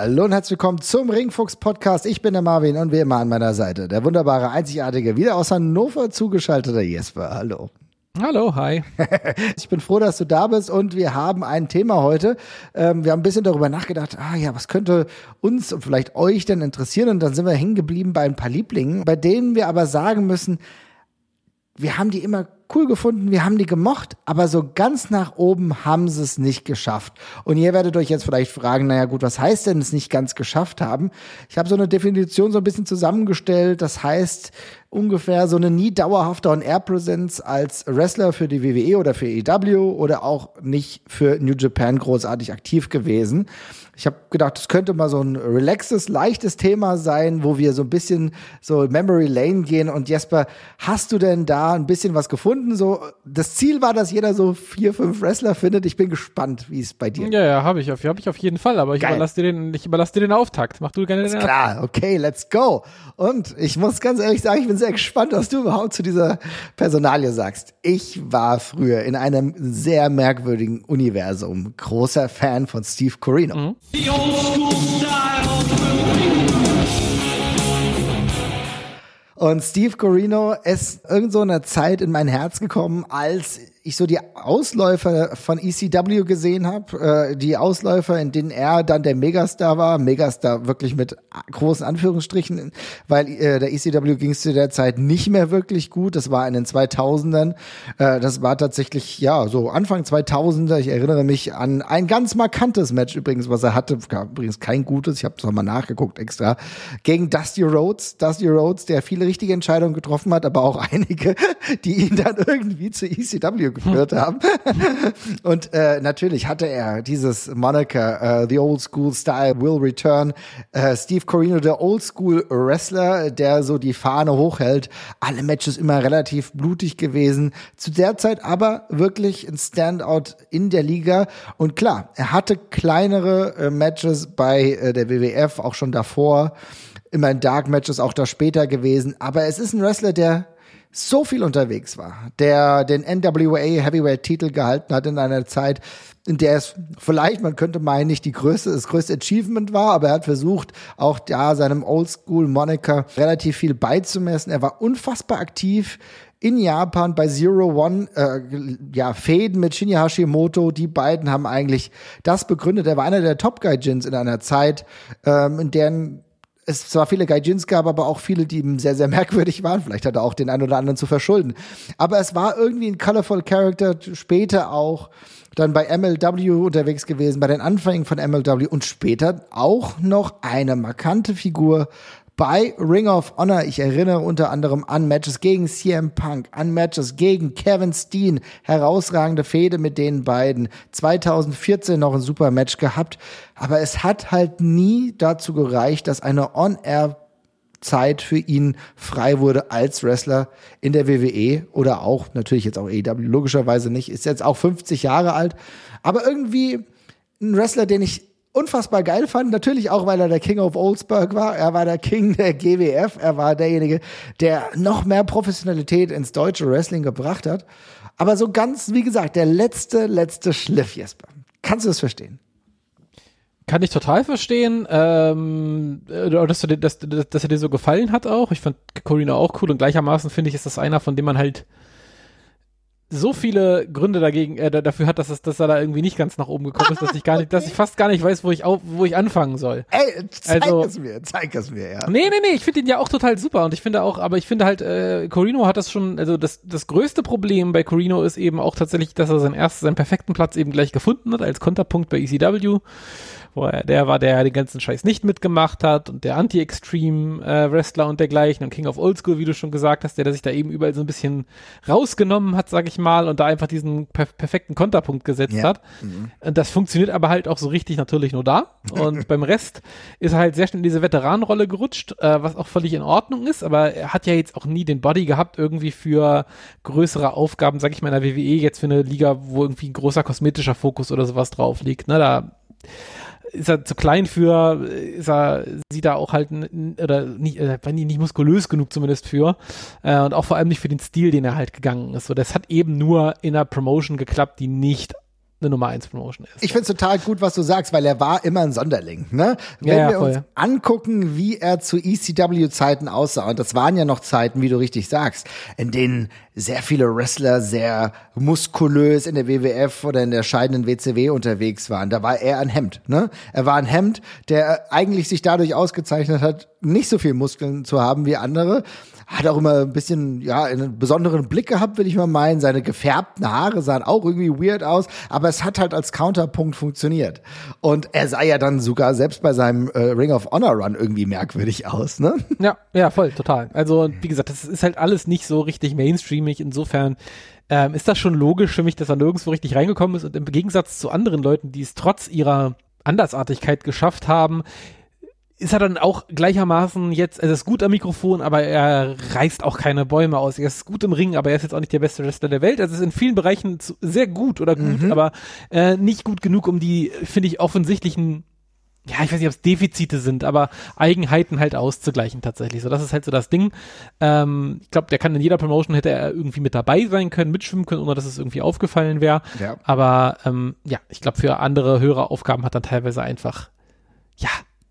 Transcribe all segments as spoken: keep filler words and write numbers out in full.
Hallo und herzlich willkommen zum Ringfuchs-Podcast. Ich bin der Marvin und wie immer an meiner Seite der wunderbare, einzigartige, wieder aus Hannover zugeschaltete Jesper. Hallo. Hallo, hi. Ich bin froh, dass du da bist und wir haben ein Thema heute. Ähm, wir haben ein bisschen darüber nachgedacht, ah ja, was könnte uns und vielleicht euch denn interessieren? Und dann sind wir hängen geblieben bei ein paar Lieblingen, bei denen wir aber sagen müssen, wir haben die immer cool gefunden, wir haben die gemocht, aber so ganz nach oben haben sie es nicht geschafft. Und ihr werdet euch jetzt vielleicht fragen, naja gut, was heißt denn es nicht ganz geschafft haben? Ich habe so eine Definition so ein bisschen zusammengestellt, das heißt ungefähr so eine nie dauerhafte On-Air-Präsenz als Wrestler für die W W E oder für A E W oder auch nicht für New Japan großartig aktiv gewesen. Ich habe gedacht, das könnte mal so ein relaxes, leichtes Thema sein, wo wir so ein bisschen so Memory Lane gehen. Und Jesper, hast du denn da ein bisschen was gefunden? So, das Ziel war, dass jeder so vier, fünf Wrestler findet. Ich bin gespannt, wie es bei dir ist. Ja, ja, habe ich, auf, hab ich auf jeden Fall. Aber ich überlasse dir den, ich überlasse dir den Auftakt. Mach du gerne den Auftakt. Klar, okay, let's go. Und ich muss ganz ehrlich sagen, ich bin sehr gespannt, was du überhaupt zu dieser Personalie sagst. Ich war früher in einem sehr merkwürdigen Universum großer Fan von Steve Corino. Mhm. The old school style of Und Steve Corino ist irgend so in einer Zeit in mein Herz gekommen, als ich so die Ausläufer von E C W gesehen habe, äh, die Ausläufer, in denen er dann der Megastar war, Megastar wirklich mit großen Anführungsstrichen, weil äh, der E C W ging es zu der Zeit nicht mehr wirklich gut, das war in den zweitausendern, äh, das war tatsächlich, ja, so Anfang zweitausender, ich erinnere mich an ein ganz markantes Match übrigens, was er hatte, übrigens kein gutes, ich habe es nochmal nachgeguckt extra, gegen Dusty Rhodes, Dusty Rhodes, der viele richtige Entscheidungen getroffen hat, aber auch einige, die ihn dann irgendwie zu E C W geführt haben. Und äh, natürlich hatte er dieses Moniker, uh, The Old School Style will return. Uh, Steve Corino, der Old School Wrestler, der so die Fahne hochhält. Alle Matches immer relativ blutig gewesen. Zu der Zeit aber wirklich ein Standout in der Liga. Und klar, er hatte kleinere äh, Matches bei äh, der W W F, auch schon davor. Immer in Dark Matches, auch da später gewesen. Aber es ist ein Wrestler, der so viel unterwegs war, der den N W A Heavyweight-Titel gehalten hat in einer Zeit, in der es vielleicht, man könnte meinen, nicht die größte, das größte Achievement war, aber er hat versucht, auch da seinem Oldschool-Moniker relativ viel beizumessen. Er war unfassbar aktiv in Japan bei Zero One, äh, ja, Fäden mit Shinya Hashimoto. Die beiden haben eigentlich das begründet. Er war einer der Top-Gaijins in einer Zeit, ähm, in deren es zwar viele Gaijins gab, aber auch viele, die ihm sehr, sehr merkwürdig waren. Vielleicht hat er auch den einen oder anderen zu verschulden. Aber es war irgendwie ein colorful Character, später auch dann bei M L W unterwegs gewesen, bei den Anfängen von M L W und später auch noch eine markante Figur bei Ring of Honor. Ich erinnere unter anderem an Matches gegen C M Punk, an Matches gegen Kevin Steen, herausragende Fehde mit den beiden. zweitausendvierzehn noch ein super Match gehabt, aber es hat halt nie dazu gereicht, dass eine On-Air-Zeit für ihn frei wurde als Wrestler in der W W E oder auch, natürlich jetzt auch A E W, logischerweise nicht, ist jetzt auch fünfzig Jahre alt, aber irgendwie ein Wrestler, den ich unfassbar geil fand, natürlich auch, weil er der King of Oldsburg war. Er war der King der G W F. Er war derjenige, der noch mehr Professionalität ins deutsche Wrestling gebracht hat. Aber so ganz, wie gesagt, der letzte, letzte Schliff, Jesper. Kannst du das verstehen? Kann ich total verstehen, ähm, dass, du, dass, dass, dass er dir so gefallen hat auch. Ich fand Corino auch cool und gleichermaßen finde ich, ist das einer, von dem man halt so viele Gründe dagegen äh, dafür hat, dass es, dass er da irgendwie nicht ganz nach oben gekommen ist, dass ich gar nicht, okay. dass ich fast gar nicht weiß, wo ich auf, wo ich anfangen soll. Ey, zeig also, es mir, zeig es mir, ja. Nee, nee, nee, ich finde ihn ja auch total super und ich finde auch, aber ich finde halt, äh, Corino hat das schon, also das, das größte Problem bei Corino ist eben auch tatsächlich, dass er seinen ersten, seinen perfekten Platz eben gleich gefunden hat als Konterpunkt bei E C W. Wo er der war, der den ganzen Scheiß nicht mitgemacht hat und der Anti-Extreme-Wrestler äh, und dergleichen und King of Oldschool, wie du schon gesagt hast, der, der sich da eben überall so ein bisschen rausgenommen hat, sag ich mal, und da einfach diesen per- perfekten Konterpunkt gesetzt ja. hat. Mhm. Das funktioniert aber halt auch so richtig natürlich nur da und beim Rest ist er halt sehr schnell in diese Veteranenrolle gerutscht, äh, was auch völlig in Ordnung ist, aber er hat ja jetzt auch nie den Body gehabt irgendwie für größere Aufgaben, sag ich mal, in der W W E, jetzt für eine Liga, wo irgendwie ein großer kosmetischer Fokus oder sowas drauf liegt, ne, da ist er zu klein für, ist er, sieht er auch halt, oder nicht, äh, nicht muskulös genug zumindest für, äh, und auch vor allem nicht für den Stil, den er halt gegangen ist. So, das hat eben nur in einer Promotion geklappt, die nicht eine Nummer eins Promotion ist. Ich finde es total gut, was du sagst, weil er war immer ein Sonderling. Ne? Wenn ja, ja, wir voll. uns angucken, wie er zu E C W-Zeiten aussah, und das waren ja noch Zeiten, wie du richtig sagst, in denen sehr viele Wrestler sehr muskulös in der W W F oder in der scheidenden W C W unterwegs waren. Da war er ein Hemd. Ne? Er war ein Hemd, der eigentlich sich dadurch ausgezeichnet hat, nicht so viel Muskeln zu haben wie andere. Hat auch immer ein bisschen, ja, einen besonderen Blick gehabt, will ich mal meinen. Seine gefärbten Haare sahen auch irgendwie weird aus, aber es hat halt als Counterpunkt funktioniert. Und er sah ja dann sogar selbst bei seinem äh, Ring of Honor Run irgendwie merkwürdig aus, ne? Ja, ja, voll, total. Also, wie gesagt, das ist halt alles nicht so richtig mainstreamig. Insofern ähm, ist das schon logisch für mich, dass er nirgendwo richtig reingekommen ist. Und im Gegensatz zu anderen Leuten, die es trotz ihrer Andersartigkeit geschafft haben, ist er dann auch gleichermaßen jetzt, er ist gut am Mikrofon, aber er reißt auch keine Bäume aus. Er ist gut im Ring, aber er ist jetzt auch nicht der beste Wrestler der Welt. Also es ist in vielen Bereichen zu, sehr gut oder gut, mhm. aber äh, nicht gut genug, um die, finde ich, offensichtlichen, ja, ich weiß nicht, ob es Defizite sind, aber Eigenheiten halt auszugleichen tatsächlich. So, das ist halt so das Ding. Ähm, ich glaube, der kann in jeder Promotion, hätte er irgendwie mit dabei sein können, mitschwimmen können, ohne dass es irgendwie aufgefallen wäre. Ja. Aber ähm, ja, ich glaube, für andere höhere Aufgaben hat dann teilweise einfach, ja,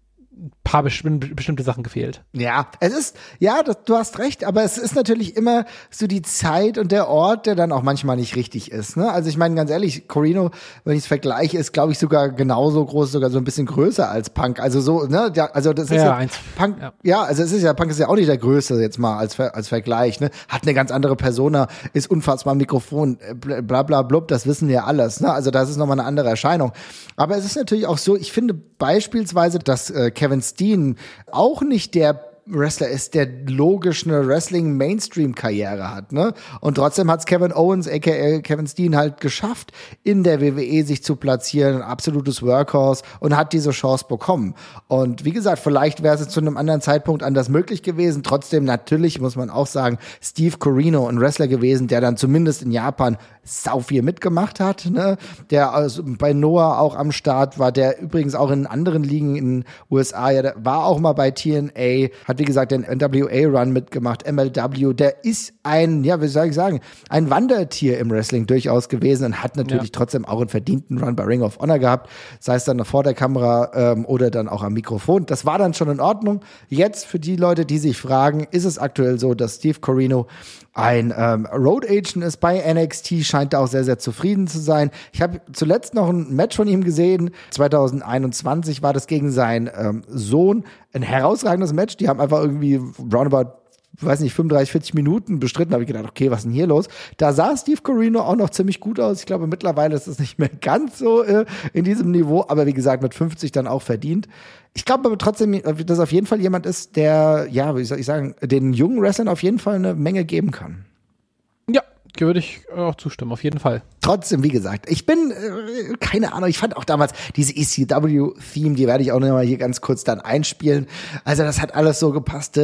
paar bestimmte, bestimmte Sachen gefehlt. Ja, es ist, ja, das, du hast recht, aber es ist natürlich immer so die Zeit und der Ort, der dann auch manchmal nicht richtig ist, ne? Also ich meine, ganz ehrlich, Corino, wenn ich es vergleiche, ist, glaube ich, sogar genauso groß, sogar so ein bisschen größer als Punk. Also so, ne? Ja, also das ist ja, ja, eins. Punk, ja. ja, also es ist ja, Punk ist ja auch nicht der Größte jetzt mal als, als Vergleich, ne? Hat eine ganz andere Persona, ist unfassbar am Mikrofon, bla bla blub, das wissen wir alles, ne? Also das ist nochmal eine andere Erscheinung. Aber es ist natürlich auch so, ich finde beispielsweise, dass äh, Kevin Steen auch nicht der Wrestler ist, der logisch eine Wrestling-Mainstream-Karriere hat, ne? Und trotzdem hat's Kevin Owens, aka Kevin Steen, halt geschafft, in der W W E sich zu platzieren, ein absolutes Workhorse, und hat diese Chance bekommen. Und wie gesagt, vielleicht wäre es zu einem anderen Zeitpunkt anders möglich gewesen. Trotzdem, natürlich muss man auch sagen, Steve Corino, ein Wrestler gewesen, der dann zumindest in Japan sau viel mitgemacht hat, ne? Der also bei Noah auch am Start war, der übrigens auch in anderen Ligen in den U S A, ja, der war auch mal bei T N A, hat wie gesagt den N W A-Run mitgemacht, M L W, der ist ein, ja, wie soll ich sagen, ein Wandertier im Wrestling durchaus gewesen und hat natürlich ja. trotzdem auch einen verdienten Run bei Ring of Honor gehabt, sei es dann noch vor der Kamera ähm, oder dann auch am Mikrofon. Das war dann schon in Ordnung. Jetzt für die Leute, die sich fragen, ist es aktuell so, dass Steve Corino ein ähm, Road Agent ist bei N X T, scheint da auch sehr, sehr zufrieden zu sein. Ich habe zuletzt noch ein Match von ihm gesehen, zwanzig einundzwanzig war das gegen seinen ähm, Sohn, ein herausragendes Match, die haben einfach irgendwie roundabout, weiß nicht, fünfunddreißig, vierzig Minuten bestritten, habe ich gedacht, okay, was ist denn hier los? Da sah Steve Corino auch noch ziemlich gut aus. Ich glaube, mittlerweile ist es nicht mehr ganz so äh, in diesem Niveau, aber wie gesagt, mit fünfzig dann auch verdient. Ich glaube aber trotzdem, dass auf jeden Fall jemand ist, der, ja, wie soll ich sagen, den jungen Wrestlern auf jeden Fall eine Menge geben kann. Ja, würde ich auch zustimmen, auf jeden Fall. Trotzdem, wie gesagt, ich bin, äh, keine Ahnung, ich fand auch damals diese E C W-Theme, die werde ich auch noch mal hier ganz kurz dann einspielen. Also das hat alles so gepasst.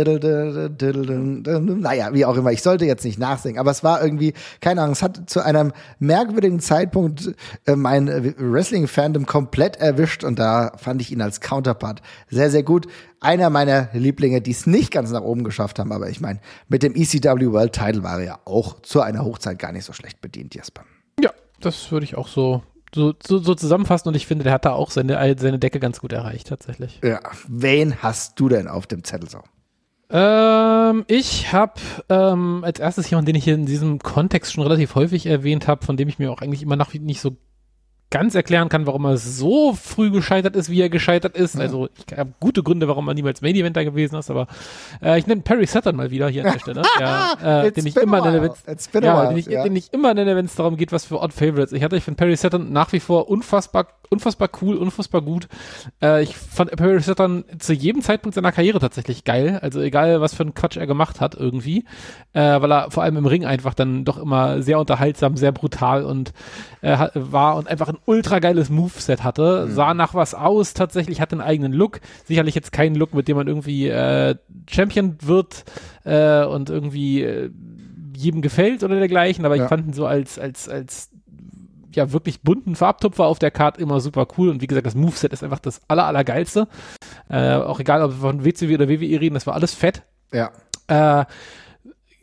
Naja, wie auch immer, ich sollte jetzt nicht nachsingen, aber es war irgendwie, keine Ahnung, es hat zu einem merkwürdigen Zeitpunkt äh, mein Wrestling-Fandom komplett erwischt und da fand ich ihn als Counterpart sehr, sehr gut. Einer meiner Lieblinge, die es nicht ganz nach oben geschafft haben, aber ich meine, mit dem E C W World Title war er ja auch zu einer Hochzeit gar nicht so schlecht bedient, Jesper. Ja, das würde ich auch so, so, so, so zusammenfassen und ich finde, der hat da auch seine, seine Decke ganz gut erreicht, tatsächlich. Ja, wen hast du denn auf dem Zettel so? Ähm, ich habe ähm, als erstes jemanden, den ich hier in diesem Kontext schon relativ häufig erwähnt habe, von dem ich mir auch eigentlich immer nach nicht so ganz erklären kann, warum er so früh gescheitert ist, wie er gescheitert ist. Ja. Also ich habe gute Gründe, warum er niemals Main Eventer gewesen ist, aber äh, ich nenne Perry Saturn mal wieder hier an der Stelle, der, äh, den ich immer nenne, wenn's, ja, den ich, ja. den ich immer nenne, wenn es darum geht, was für Odd Favorites ich hatte. Ich finde Perry Saturn nach wie vor unfassbar, unfassbar cool, unfassbar gut. Äh, ich fand Perry Saturn zu jedem Zeitpunkt seiner Karriere tatsächlich geil. Also egal, was für einen Quatsch er gemacht hat irgendwie, äh, weil er vor allem im Ring einfach dann doch immer sehr unterhaltsam, sehr brutal und äh, war und einfach ein ultra geiles Moveset hatte, mhm. sah nach was aus, tatsächlich hatte einen eigenen Look, sicherlich jetzt keinen Look, mit dem man irgendwie äh, Champion wird äh, und irgendwie äh, jedem gefällt oder dergleichen, aber ja. ich fand ihn so als, als, als ja wirklich bunten Farbtupfer auf der Card immer super cool und wie gesagt, das Moveset ist einfach das aller, allergeilste. Äh, auch egal, ob wir von W C W oder W W E reden, das war alles fett. Ja. Äh,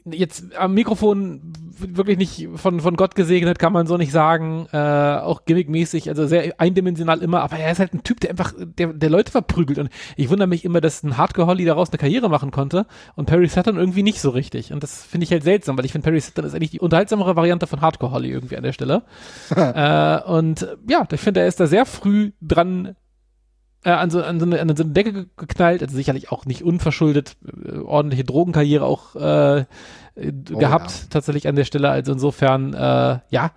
jetzt am Mikrofon wirklich nicht von, von Gott gesegnet, kann man so nicht sagen, äh, auch gimmickmäßig, also sehr eindimensional immer, aber er ist halt ein Typ, der einfach, der, der Leute verprügelt und ich wundere mich immer, dass ein Hardcore-Holly daraus eine Karriere machen konnte und Perry Saturn irgendwie nicht so richtig und das finde ich halt seltsam, weil ich finde, Perry Saturn ist eigentlich die unterhaltsamere Variante von Hardcore-Holly irgendwie an der Stelle äh, und ja, ich finde, er ist da sehr früh dran äh, an, so, an, so eine, an so eine Decke geknallt, also sicherlich auch nicht unverschuldet, äh, ordentliche Drogenkarriere auch äh, Oh, gehabt, ja. tatsächlich an der Stelle, also insofern, äh, ja,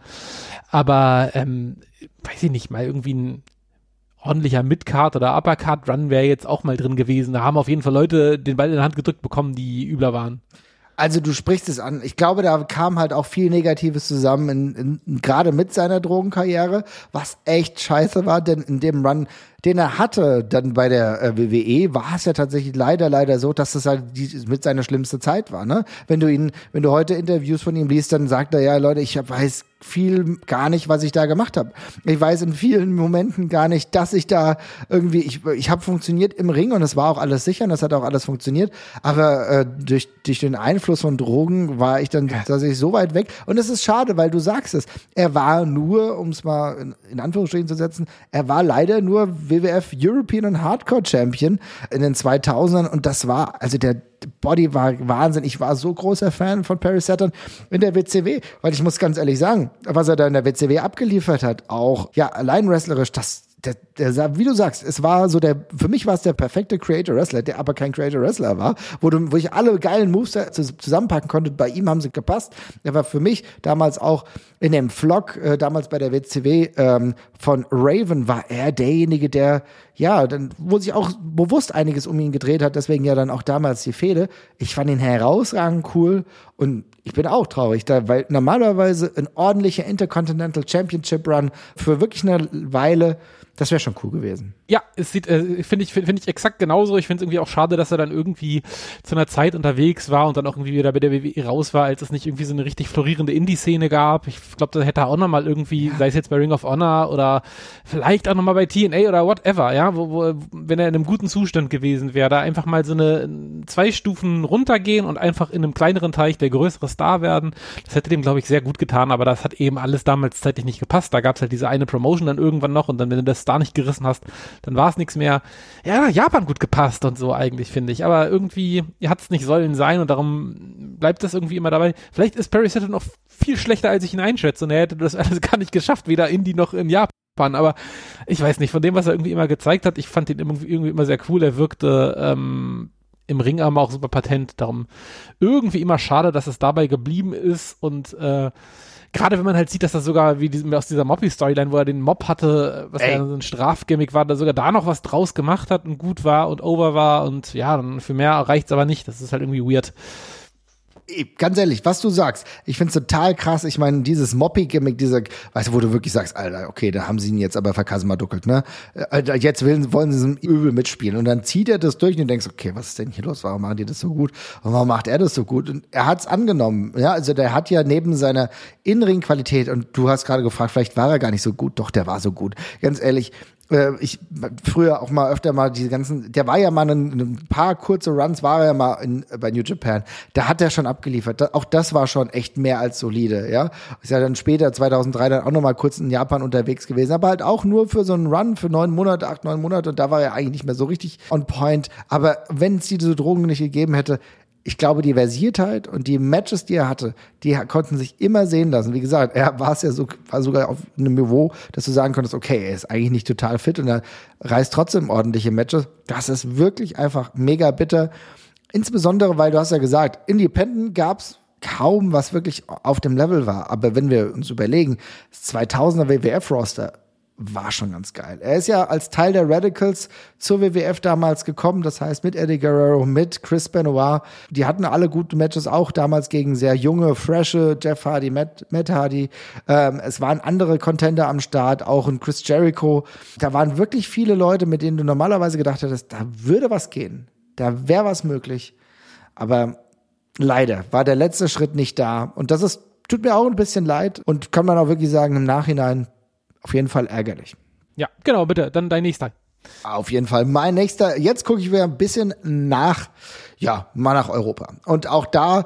aber, ähm, weiß ich nicht, mal irgendwie ein ordentlicher Mid-Card oder Upper-Card-Run wäre jetzt auch mal drin gewesen, da haben auf jeden Fall Leute den Ball in die Hand gedrückt bekommen, die übler waren. Also du sprichst es an. Ich glaube, da kam halt auch viel Negatives zusammen, in, in, gerade mit seiner Drogenkarriere, was echt scheiße war, denn in dem Run, den er hatte dann bei der äh, W W E, war es ja tatsächlich leider, leider so, dass das halt die, mit seiner schlimmste Zeit war, ne? Wenn du ihn, wenn du heute Interviews von ihm liest, dann sagt er, ja Leute, ich weiß viel gar nicht, was ich da gemacht habe. Ich weiß in vielen Momenten gar nicht, dass ich da irgendwie, ich, ich habe funktioniert im Ring und es war auch alles sicher und das hat auch alles funktioniert, aber äh, durch, durch den Einfluss von Drogen war ich dann tatsächlich so weit weg und es ist schade, weil du sagst es, er war nur, um es mal in, in Anführungsstrichen zu setzen, er war leider nur W W F European und Hardcore Champion in den zweitausendern und das war, also der Body war Wahnsinn. Ich war so großer Fan von Perry Saturn in der W C W, weil ich muss ganz ehrlich sagen, was er da in der W C W abgeliefert hat, auch, ja, allein wrestlerisch, das, der, der, wie du sagst, es war so der, für mich war es der perfekte Creator Wrestler, der aber kein Creator Wrestler war, wo du, wo ich alle geilen Moves zusammenpacken konnte, bei ihm haben sie gepasst. Er war für mich damals auch in dem Vlog, äh, damals bei der W C W, ähm, von Raven war er derjenige, der, ja, dann, wo sich auch bewusst einiges um ihn gedreht hat, deswegen ja dann auch damals die Fehde. Ich fand ihn herausragend cool und ich bin auch traurig, da, weil normalerweise ein ordentlicher Intercontinental Championship Run für wirklich eine Weile, das wäre schon cool gewesen. Ja, es sieht, äh, finde ich, finde ich exakt genauso. Ich finde es irgendwie auch schade, dass er dann irgendwie zu einer Zeit unterwegs war und dann auch irgendwie wieder bei der W W E raus war, als es nicht irgendwie so eine richtig florierende Indie-Szene gab. Ich glaube, da hätte er auch nochmal irgendwie, ja. sei es jetzt bei Ring of Honor oder vielleicht auch nochmal bei T N A oder whatever, ja, wo, wo, wenn er in einem guten Zustand gewesen wäre, da einfach mal so eine zwei Stufen runtergehen und einfach in einem kleineren Teich der größere Star werden. Das hätte dem, glaube ich, sehr gut getan, aber das hat eben alles damals zeitlich nicht gepasst. Da gab es halt diese eine Promotion dann irgendwann noch und dann, wenn du das da nicht gerissen hast, dann war es nichts mehr. Ja, Japan gut gepasst und so eigentlich, finde ich. Aber irgendwie hat es nicht sollen sein und darum bleibt das irgendwie immer dabei. Vielleicht ist Perry Saturn noch viel schlechter, als ich ihn einschätze und er hätte das alles gar nicht geschafft, weder Indie noch in Japan. Aber ich weiß nicht, von dem, was er irgendwie immer gezeigt hat, ich fand ihn irgendwie, irgendwie immer sehr cool. Er wirkte ähm, im Ringarm auch super patent. Darum irgendwie immer schade, dass es dabei geblieben ist und äh, gerade wenn man halt sieht, dass das sogar wie diesem, aus dieser Moppy-Storyline, wo er den Mob hatte, was Ey. ja so ein Strafgimmick war, da sogar da noch was draus gemacht hat und gut war und over war und ja, dann für mehr reicht's aber nicht. Das ist halt irgendwie weird. Ganz ehrlich, was du sagst, ich find's total krass. Ich meine, dieses Moppy-Gimmick, dieser, weißt du, wo du wirklich sagst, Alter, okay, da haben sie ihn jetzt aber verkasmaduckelt, ne? Jetzt will, wollen sie es übel mitspielen. Und dann zieht er das durch und du denkst, okay, was ist denn hier los? Warum machen die das so gut? Und warum macht er das so gut? Und er hat's angenommen, ja? Also der hat ja neben seiner In-Ring-Qualität, und du hast gerade gefragt, vielleicht war er gar nicht so gut. Doch, der war so gut. Ganz ehrlich, ich früher auch mal öfter mal diese ganzen, der war ja mal ein, ein paar kurze Runs, war er ja mal in, bei New Japan, da hat er schon abgeliefert, da, auch das war schon echt mehr als solide, ja, ist ja dann später zweitausenddrei dann auch noch mal kurz in Japan unterwegs gewesen, aber halt auch nur für so einen Run für neun Monate, acht, neun Monate und da war er eigentlich nicht mehr so richtig on point, aber wenn es diese Drogen nicht gegeben hätte, ich glaube, die Versiertheit und die Matches, die er hatte, die konnten sich immer sehen lassen. Wie gesagt, er war es ja so, war sogar auf einem Niveau, dass du sagen konntest, okay, er ist eigentlich nicht total fit und er reißt trotzdem ordentliche Matches. Das ist wirklich einfach mega bitter. Insbesondere, weil du hast ja gesagt, Independent gab's kaum, was wirklich auf dem Level war. Aber wenn wir uns überlegen, das zweitausender W W F-Roster war schon ganz geil. Er ist ja als Teil der Radicals zur W W F damals gekommen, das heißt mit Eddie Guerrero, mit Chris Benoit. Die hatten alle gute Matches, auch damals gegen sehr junge, frische Jeff Hardy, Matt, Matt Hardy. Ähm, es waren andere Contender am Start, auch ein Chris Jericho. Da waren wirklich viele Leute, mit denen du normalerweise gedacht hättest, da würde was gehen, da wäre was möglich. Aber leider war der letzte Schritt nicht da. Und das ist, tut mir auch ein bisschen leid und kann man auch wirklich sagen, im Nachhinein auf jeden Fall ärgerlich. Ja, genau, bitte. Dann dein nächster. Auf jeden Fall. Mein nächster, jetzt gucke ich wieder ein bisschen nach, ja, mal nach Europa. Und auch da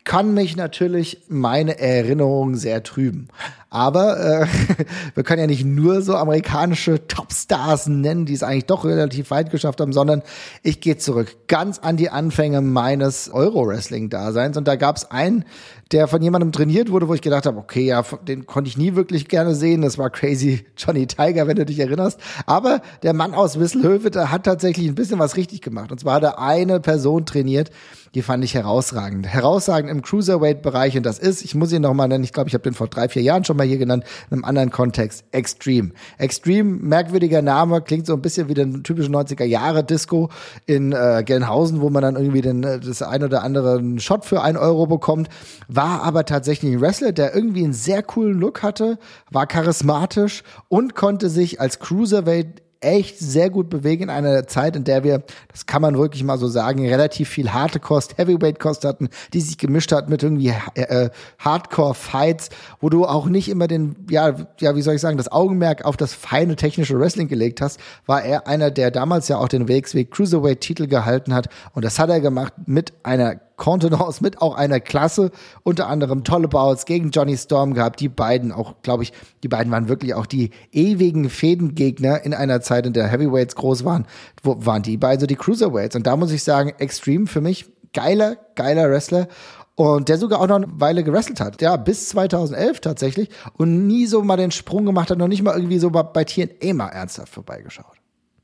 kann mich natürlich meine Erinnerungen sehr trüben. Aber äh, wir können ja nicht nur so amerikanische Topstars nennen, die es eigentlich doch relativ weit geschafft haben, sondern ich gehe zurück ganz an die Anfänge meines Euro-Wrestling-Daseins. Und da gab es einen, der von jemandem trainiert wurde, wo ich gedacht habe, okay, ja, den konnte ich nie wirklich gerne sehen. Das war Crazy Johnny Tiger, wenn du dich erinnerst. Aber der Mann aus Wisselhöfe, der hat tatsächlich ein bisschen was richtig gemacht. Und zwar hat er eine Person trainiert, die fand ich herausragend. Herausragend im Cruiserweight-Bereich. Und das ist, ich muss ihn noch mal nennen, ich glaube, ich habe den vor drei, vier Jahren schon mal hier genannt, in einem anderen Kontext, Extreme. Extreme, merkwürdiger Name, klingt so ein bisschen wie den typischen neunziger-Jahre-Disco in äh, Gelnhausen, wo man dann irgendwie den, das ein oder andere einen Shot für einen Euro bekommt. War aber tatsächlich ein Wrestler, der irgendwie einen sehr coolen Look hatte, war charismatisch und konnte sich als Cruiserweight echt sehr gut bewegen in einer Zeit, in der wir, das kann man wirklich mal so sagen, relativ viel harte Kost, Heavyweight-Kost hatten, die sich gemischt hat mit irgendwie äh, Hardcore-Fights, wo du auch nicht immer den, ja, ja, wie soll ich sagen, das Augenmerk auf das feine technische Wrestling gelegt hast, war er einer, der damals ja auch den W X W Cruiserweight-Titel gehalten hat. Und das hat er gemacht mit einer Kontenance, mit auch einer Klasse, unter anderem tolle Bouts gegen Johnny Storm gehabt. Die beiden auch, glaube ich, die beiden waren wirklich auch die ewigen Fädengegner in einer Zeit, in der Heavyweights groß waren. Wo waren die beiden so die Cruiserweights? Und da muss ich sagen, Extreme für mich geiler, geiler Wrestler. Und der sogar auch noch eine Weile gewrestelt hat. Ja, bis zweitausendelf tatsächlich. Und nie so mal den Sprung gemacht hat, noch nicht mal irgendwie so bei T N A mal ernsthaft vorbeigeschaut.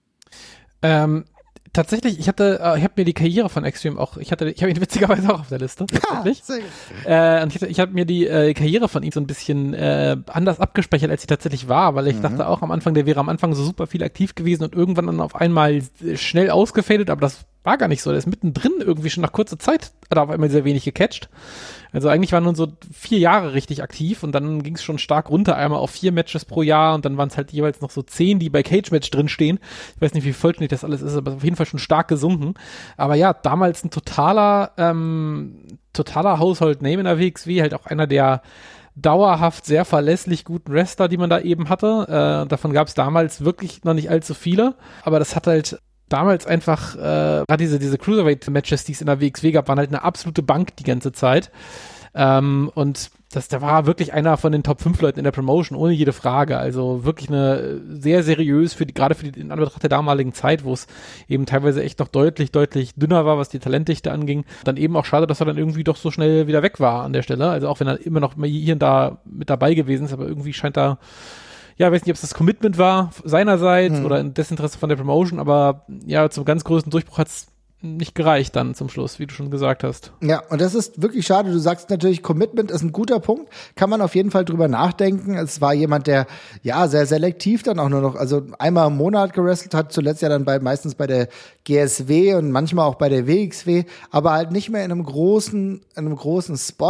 Ähm, Tatsächlich, ich hatte, äh, ich habe mir die Karriere von Extreme auch, ich hatte, ich habe ihn witzigerweise auch auf der Liste. Tatsächlich. Ja, sehr gut. Äh, und ich, ich habe mir die äh, Karriere von ihm so ein bisschen äh, anders abgespeichert, als sie tatsächlich war, weil ich mhm. dachte auch am Anfang, der wäre am Anfang so super viel aktiv gewesen und irgendwann dann auf einmal schnell ausgefadet, aber das war gar nicht so. Der ist mittendrin irgendwie schon nach kurzer Zeit, hat er auf einmal sehr wenig gecatcht. Also eigentlich waren nun so vier Jahre richtig aktiv und dann ging es schon stark runter, einmal auf vier Matches pro Jahr und dann waren es halt jeweils noch so zehn, die bei Cage Match drinstehen. Ich weiß nicht, wie vollständig das alles ist, aber auf jeden Fall schon stark gesunken. Aber ja, damals ein totaler, ähm, totaler Household Name in der W X W, halt auch einer der dauerhaft sehr verlässlich guten Wrestler, die man da eben hatte. Äh, davon gab es damals wirklich noch nicht allzu viele, aber das hat halt damals einfach, äh, gerade diese, diese Cruiserweight-Matches, die es in der W X W gab, waren halt eine absolute Bank die ganze Zeit. Ähm, und das, der war wirklich einer von den Top fünf Leuten in der Promotion, ohne jede Frage. Also wirklich eine sehr seriös, für die, gerade für die, in Anbetracht der damaligen Zeit, wo es eben teilweise echt noch deutlich, deutlich dünner war, was die Talentdichte anging. Dann eben auch schade, dass er dann irgendwie doch so schnell wieder weg war an der Stelle. Also auch wenn er immer noch hier und da mit dabei gewesen ist, aber irgendwie scheint da, ja, weiß nicht, ob es das Commitment war seinerseits hm. oder ein Desinteresse von der Promotion, aber ja, zum ganz größten Durchbruch hat es nicht gereicht dann zum Schluss, wie du schon gesagt hast. Ja, und das ist wirklich schade. Du sagst natürlich, Commitment ist ein guter Punkt. Kann man auf jeden Fall drüber nachdenken. Es war jemand, der ja sehr selektiv dann auch nur noch, also einmal im Monat gewrestelt hat, zuletzt ja dann bei meistens bei der G S W und manchmal auch bei der W X W, aber halt nicht mehr in einem großen, in einem großen Spot.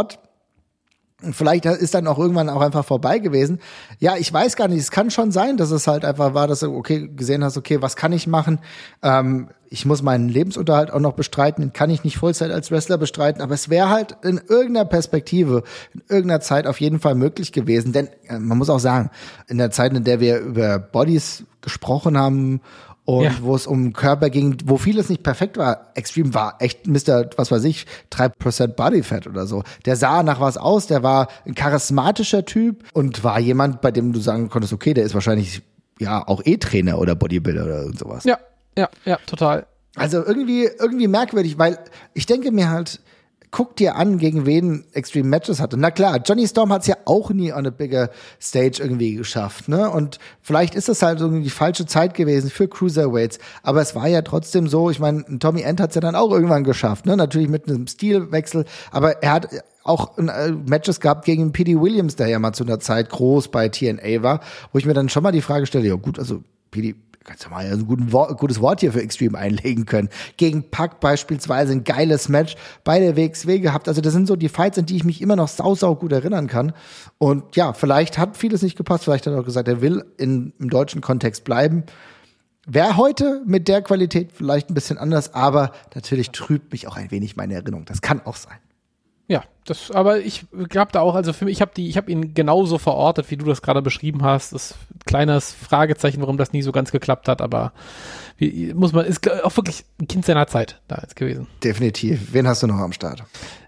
Und vielleicht ist dann auch irgendwann auch einfach vorbei gewesen. Ja, ich weiß gar nicht. Es kann schon sein, dass es halt einfach war, dass du okay gesehen hast, okay, was kann ich machen? Ähm, ich muss meinen Lebensunterhalt auch noch bestreiten. Den kann ich nicht Vollzeit als Wrestler bestreiten. Aber es wäre halt in irgendeiner Perspektive, in irgendeiner Zeit auf jeden Fall möglich gewesen. Denn äh, man muss auch sagen, in der Zeit, in der wir über Bodies gesprochen haben und ja. wo es um Körper ging, wo vieles nicht perfekt war. Extreme war echt Mister, was weiß ich, drei Prozent Bodyfat oder so. Der sah nach was aus, der war ein charismatischer Typ und war jemand, bei dem du sagen konntest, okay, der ist wahrscheinlich ja auch E-Trainer oder Bodybuilder oder sowas. Ja, ja, ja, total. Also irgendwie, irgendwie merkwürdig, weil ich denke mir halt, guck dir an, gegen wen Extreme Matches hatte. Na klar, Johnny Storm hat es ja auch nie on a bigger stage irgendwie geschafft, ne? Und vielleicht ist es halt irgendwie die falsche Zeit gewesen für Cruiserweights. Aber es war ja trotzdem so, ich meine, Tommy End hat es ja dann auch irgendwann geschafft, ne? Natürlich mit einem Stilwechsel. Aber er hat auch äh, Matches gehabt gegen P D Williams, der ja mal zu einer Zeit groß bei T N A war, wo ich mir dann schon mal die Frage stelle, ja gut, also P D kannst du mal ein guten Wort, gutes Wort hier für Extreme einlegen können. Gegen Pac beispielsweise ein geiles Match bei der W X W gehabt. Also das sind so die Fights, an die ich mich immer noch sau, sau gut erinnern kann. Und ja, vielleicht hat vieles nicht gepasst. Vielleicht hat er auch gesagt, er will in, im deutschen Kontext bleiben. Wäre heute mit der Qualität vielleicht ein bisschen anders, aber natürlich trübt mich auch ein wenig meine Erinnerung. Das kann auch sein. Ja, das, aber ich glaube da auch, also für mich, ich habe die, ich habe ihn genauso verortet, wie du das gerade beschrieben hast. Das kleines Fragezeichen, warum das nie so ganz geklappt hat, aber wie, muss man, ist auch wirklich ein Kind seiner Zeit da jetzt gewesen. Definitiv. Wen hast du noch am Start?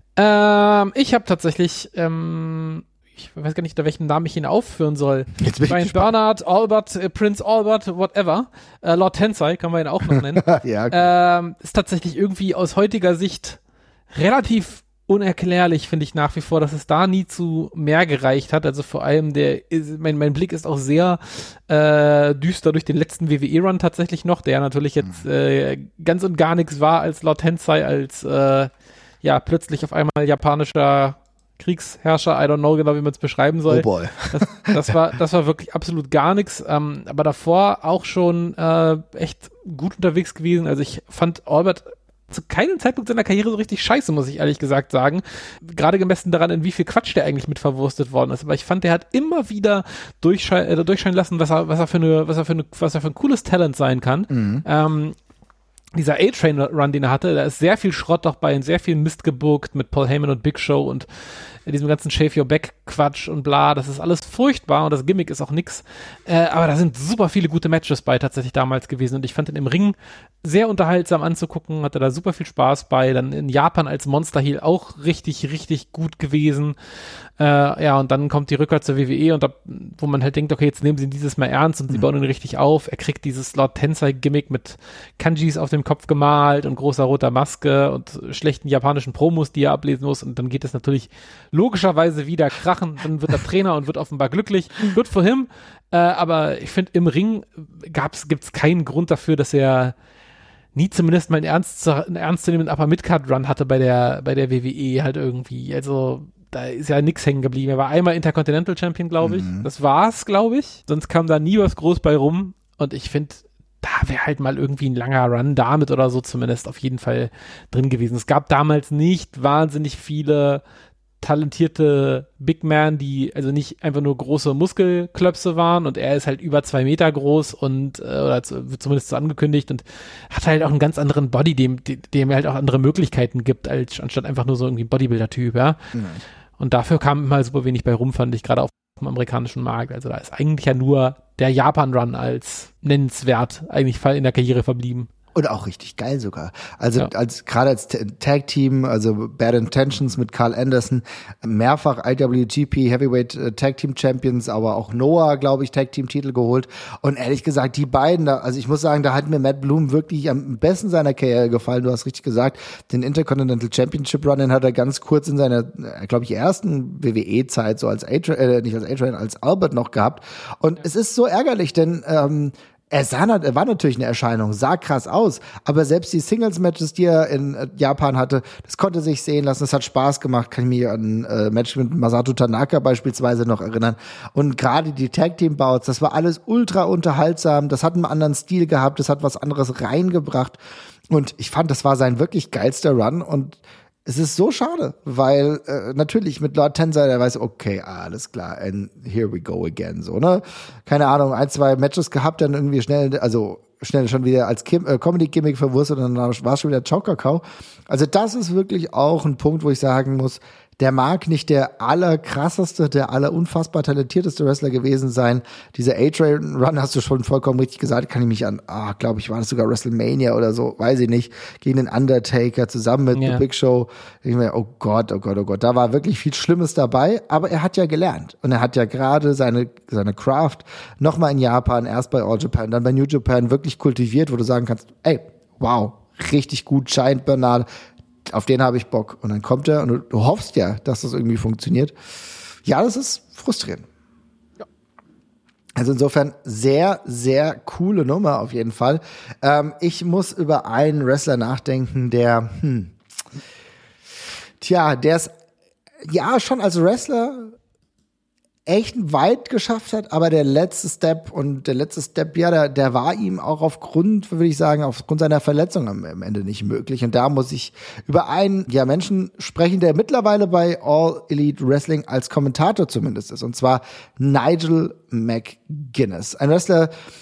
Ähm, ich habe tatsächlich, ähm, ich weiß gar nicht, unter welchem Namen ich ihn aufführen soll. Jetzt bin ich Brian gespannt. Bernard, Albert, äh, Prince Albert, whatever. Äh, Lord Tensai kann man ihn auch noch nennen. Ja, gut. ähm, ist tatsächlich irgendwie aus heutiger Sicht relativ unerklärlich, finde ich nach wie vor, dass es da nie zu mehr gereicht hat. Also vor allem der, ist, mein, mein Blick ist auch sehr äh, düster durch den letzten W W E-Run tatsächlich noch, der natürlich jetzt äh, ganz und gar nichts war, als Lord Tensai als äh, ja plötzlich auf einmal japanischer Kriegsherrscher, I don't know genau, wie man es beschreiben soll. Oh boy. Das, das war, das war wirklich absolut gar nichts. Ähm, aber davor auch schon äh, echt gut unterwegs gewesen. Also ich fand Albert zu keinem Zeitpunkt seiner Karriere so richtig scheiße, muss ich ehrlich gesagt sagen. Gerade gemessen daran, in wie viel Quatsch der eigentlich mit verwurstet worden ist. Aber ich fand, der hat immer wieder durchsche- äh, durchscheinen lassen, was er, was er für eine, was er für eine, was er für ein cooles Talent sein kann. Mhm. Ähm, dieser A-Train-Run, den er hatte, da ist sehr viel Schrott dabei und sehr viel Mist gebuckt mit Paul Heyman und Big Show und diesem ganzen Shave Your Back Quatsch und bla, das ist alles furchtbar und das Gimmick ist auch nix, äh, aber da sind super viele gute Matches bei tatsächlich damals gewesen und ich fand ihn im Ring sehr unterhaltsam anzugucken, hatte da super viel Spaß bei, dann in Japan als Monster Heel auch richtig, richtig gut gewesen, äh, ja, und dann kommt die Rückkehr zur W W E und da, wo man halt denkt, okay, jetzt nehmen sie ihn dieses Mal ernst und sie bauen ihn richtig auf, er kriegt dieses Lord Tensai Gimmick mit Kanjis auf dem Kopf gemalt und großer roter Maske und schlechten japanischen Promos, die er ablesen muss und dann geht es natürlich logischerweise wieder krachen, dann wird er Trainer und wird offenbar glücklich. Good for him, äh, aber ich finde, im Ring gab's, gibt's keinen Grund dafür, dass er nie zumindest mal einen ernst zu, einen ernstzunehmenden Upper-Mid-Card-Run hatte bei der, bei der W W E halt irgendwie. Also, da ist ja nix hängen geblieben. Er war einmal Intercontinental Champion, glaube ich. Mhm. Das war's, glaube ich. Sonst kam da nie was groß bei rum und ich finde, da wäre halt mal irgendwie ein langer Run damit oder so zumindest auf jeden Fall drin gewesen. Es gab damals nicht wahnsinnig viele talentierte Big Man, die also nicht einfach nur große Muskelklöpse waren und er ist halt über zwei Meter groß und äh, oder zu, wird zumindest so angekündigt und hat halt auch einen ganz anderen Body, dem, dem er halt auch andere Möglichkeiten gibt, als anstatt einfach nur so irgendwie ein Bodybuilder-Typ, ja. Mhm. Und dafür kam immer super wenig bei rum, fand ich, gerade auf dem amerikanischen Markt. Also da ist eigentlich ja nur der Japan-Run als nennenswert eigentlich in der Karriere verblieben. Und auch richtig geil sogar. Also Ja. als gerade als T- Tag-Team, also Bad Intentions mit Carl Anderson, mehrfach I W G P Heavyweight äh, Tag-Team Champions, aber auch Noah, glaube ich, Tag-Team-Titel geholt. Und ehrlich gesagt, die beiden, da, also ich muss sagen, da hat mir Matt Bloom wirklich am besten seiner Karriere gefallen. Du hast richtig gesagt, den Intercontinental Championship Run, den hat er ganz kurz in seiner, glaube ich, ersten W W E-Zeit so als A-Train, äh, nicht als A-Train, als Albert noch gehabt. Und es ist so ärgerlich, denn ähm, Er, sah, er war natürlich eine Erscheinung, sah krass aus, aber selbst die Singles-Matches, die er in äh, Japan hatte, das konnte sich sehen lassen, das hat Spaß gemacht, kann ich mich an äh, Match mit Masato Tanaka beispielsweise noch erinnern. Und gerade die Tag-Team-Bouts, das war alles ultra unterhaltsam, das hat einen anderen Stil gehabt, das hat was anderes reingebracht und ich fand, das war sein wirklich geilster Run und es ist so schade, weil äh, natürlich mit Lord Tensai, der weiß, okay, alles klar, and here we go again, so, ne? Keine Ahnung, ein, zwei Matches gehabt, dann irgendwie schnell, also schnell schon wieder als Kim- äh, Comedy-Gimmick verwurstet und dann war es schon wieder Ciao-Kakao. Also das ist wirklich auch ein Punkt, wo ich sagen muss, der mag nicht der allerkrasseste, der allerunfassbar talentierteste Wrestler gewesen sein. Dieser A-Train-Run hast du schon vollkommen richtig gesagt, kann ich mich an, ah, glaube ich, war das sogar WrestleMania oder so, weiß ich nicht, gegen den Undertaker zusammen mit Ja. The Big Show. Ich meine, oh Gott, oh Gott, oh Gott, da war wirklich viel Schlimmes dabei, aber er hat ja gelernt und er hat ja gerade seine seine Craft nochmal in Japan, erst bei All Japan, dann bei New Japan wirklich kultiviert, wo du sagen kannst, ey, wow, richtig gut, Giant Bernard, auf den habe ich Bock. Und dann kommt er und du, du hoffst ja, dass das irgendwie funktioniert. Ja, das ist frustrierend. Ja. Also insofern sehr, sehr coole Nummer auf jeden Fall. Ähm, ich muss über einen Wrestler nachdenken, der, hm, tja, der es ja schon als Wrestler echt weit geschafft hat, aber der letzte Step und der letzte Step, ja, der, der war ihm auch aufgrund, würde ich sagen, aufgrund seiner Verletzung am, am Ende nicht möglich. Und da muss ich über einen, ja, Menschen sprechen, der mittlerweile bei All Elite Wrestling als Kommentator zumindest ist. Und zwar Nigel McGuinness. Ein Wrestler,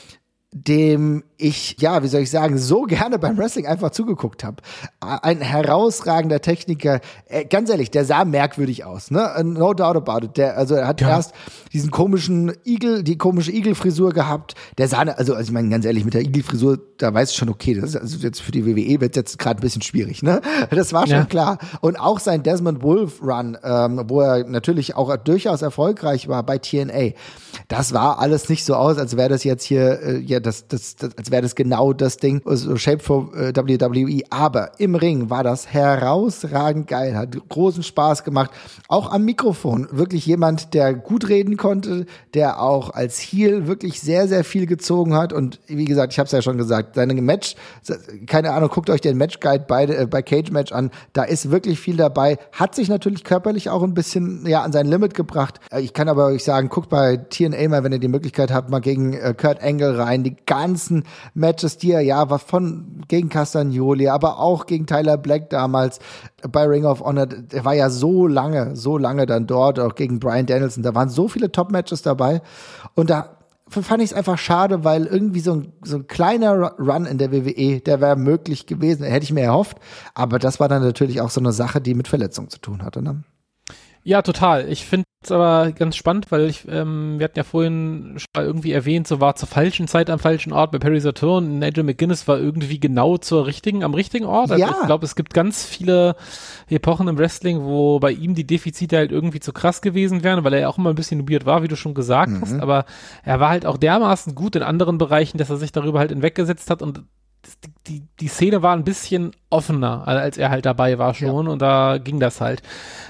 dem ich, ja, wie soll ich sagen, so gerne beim Wrestling einfach zugeguckt habe. Ein herausragender Techniker, äh, ganz ehrlich, der sah merkwürdig aus, ne? No doubt about it. Der, also er hat ja. erst diesen komischen Igel, die komische Igelfrisur gehabt. Der sah, also, also ich meine, ganz ehrlich, mit der Igelfrisur, da weiß ich schon, okay, das ist also jetzt für die W W E wird jetzt gerade ein bisschen schwierig, ne? Das war schon ja. klar. Und auch sein Desmond Wolf Run, ähm, wo er natürlich auch durchaus erfolgreich war bei T N A. Das war alles nicht so aus, als wäre das jetzt hier, äh, ja, das, das, das, als wäre das genau das Ding, so Shape for äh, W W E. Aber im Ring war das herausragend geil, hat großen Spaß gemacht. Auch am Mikrofon wirklich jemand, der gut reden konnte, der auch als Heel wirklich sehr, sehr viel gezogen hat. Und wie gesagt, ich habe es ja schon gesagt, seine Match, keine Ahnung, guckt euch den Match-Guide bei, äh, bei Cage Match an. Da ist wirklich viel dabei. Hat sich natürlich körperlich auch ein bisschen ja an sein Limit gebracht. Ich kann aber euch sagen, guckt bei T N A mal, wenn ihr die Möglichkeit habt, mal gegen äh, Kurt Angle rein. Die ganzen Matches, die er ja war von gegen Castagnoli, aber auch gegen Tyler Black damals bei Ring of Honor. Der war ja so lange, so lange dann dort, auch gegen Bryan Danielson. Da waren so viele Top-Matches dabei. Und da fand ich es einfach schade, weil irgendwie so ein, so ein kleiner Run in der W W E, der wäre möglich gewesen, hätte ich mir erhofft. Aber das war dann natürlich auch so eine Sache, die mit Verletzungen zu tun hatte, ne? Ja, total. Ich finde es aber ganz spannend, weil ich, ähm, wir hatten ja vorhin schon mal irgendwie erwähnt, so war zur falschen Zeit am falschen Ort bei Perry Saturn. Nigel McGuinness war irgendwie genau zur richtigen, am richtigen Ort. Also ja. ich glaube, es gibt ganz viele Epochen im Wrestling, wo bei ihm die Defizite halt irgendwie zu krass gewesen wären, weil er ja auch immer ein bisschen nubiert war, wie du schon gesagt mhm. hast. Aber er war halt auch dermaßen gut in anderen Bereichen, dass er sich darüber halt hinweggesetzt hat und Die, die, die Szene war ein bisschen offener, als er halt dabei war schon ja. und da ging das halt.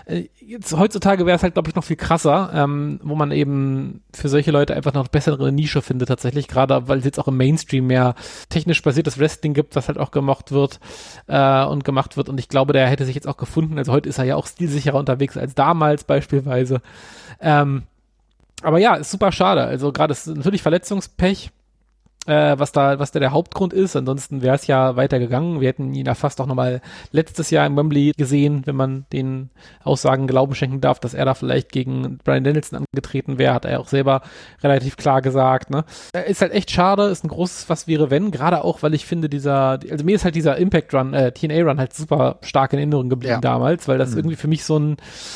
Jetzt heutzutage wäre es halt, glaube ich, noch viel krasser, ähm, wo man eben für solche Leute einfach noch bessere Nische findet tatsächlich, gerade weil es jetzt auch im Mainstream mehr technisch basiertes Wrestling gibt, was halt auch gemocht wird äh, und gemacht wird und ich glaube, der hätte sich jetzt auch gefunden, also heute ist er ja auch stilsicherer unterwegs als damals beispielsweise. Ähm, aber ja, ist super schade, also gerade ist natürlich Verletzungspech, Äh, was da, was da der Hauptgrund ist. Ansonsten wäre es ja weitergegangen. Wir hätten ihn ja fast auch nochmal letztes Jahr im Wembley gesehen, wenn man den Aussagen Glauben schenken darf, dass er da vielleicht gegen Bryan Danielson angetreten wäre, hat er auch selber relativ klar gesagt, ne. Ist halt echt schade, ist ein großes Was wäre wenn, gerade auch, weil ich finde, dieser, also mir ist halt dieser Impact Run, äh, T N A Run halt super stark in Erinnerung geblieben ja. damals, weil das mhm. irgendwie für mich so ein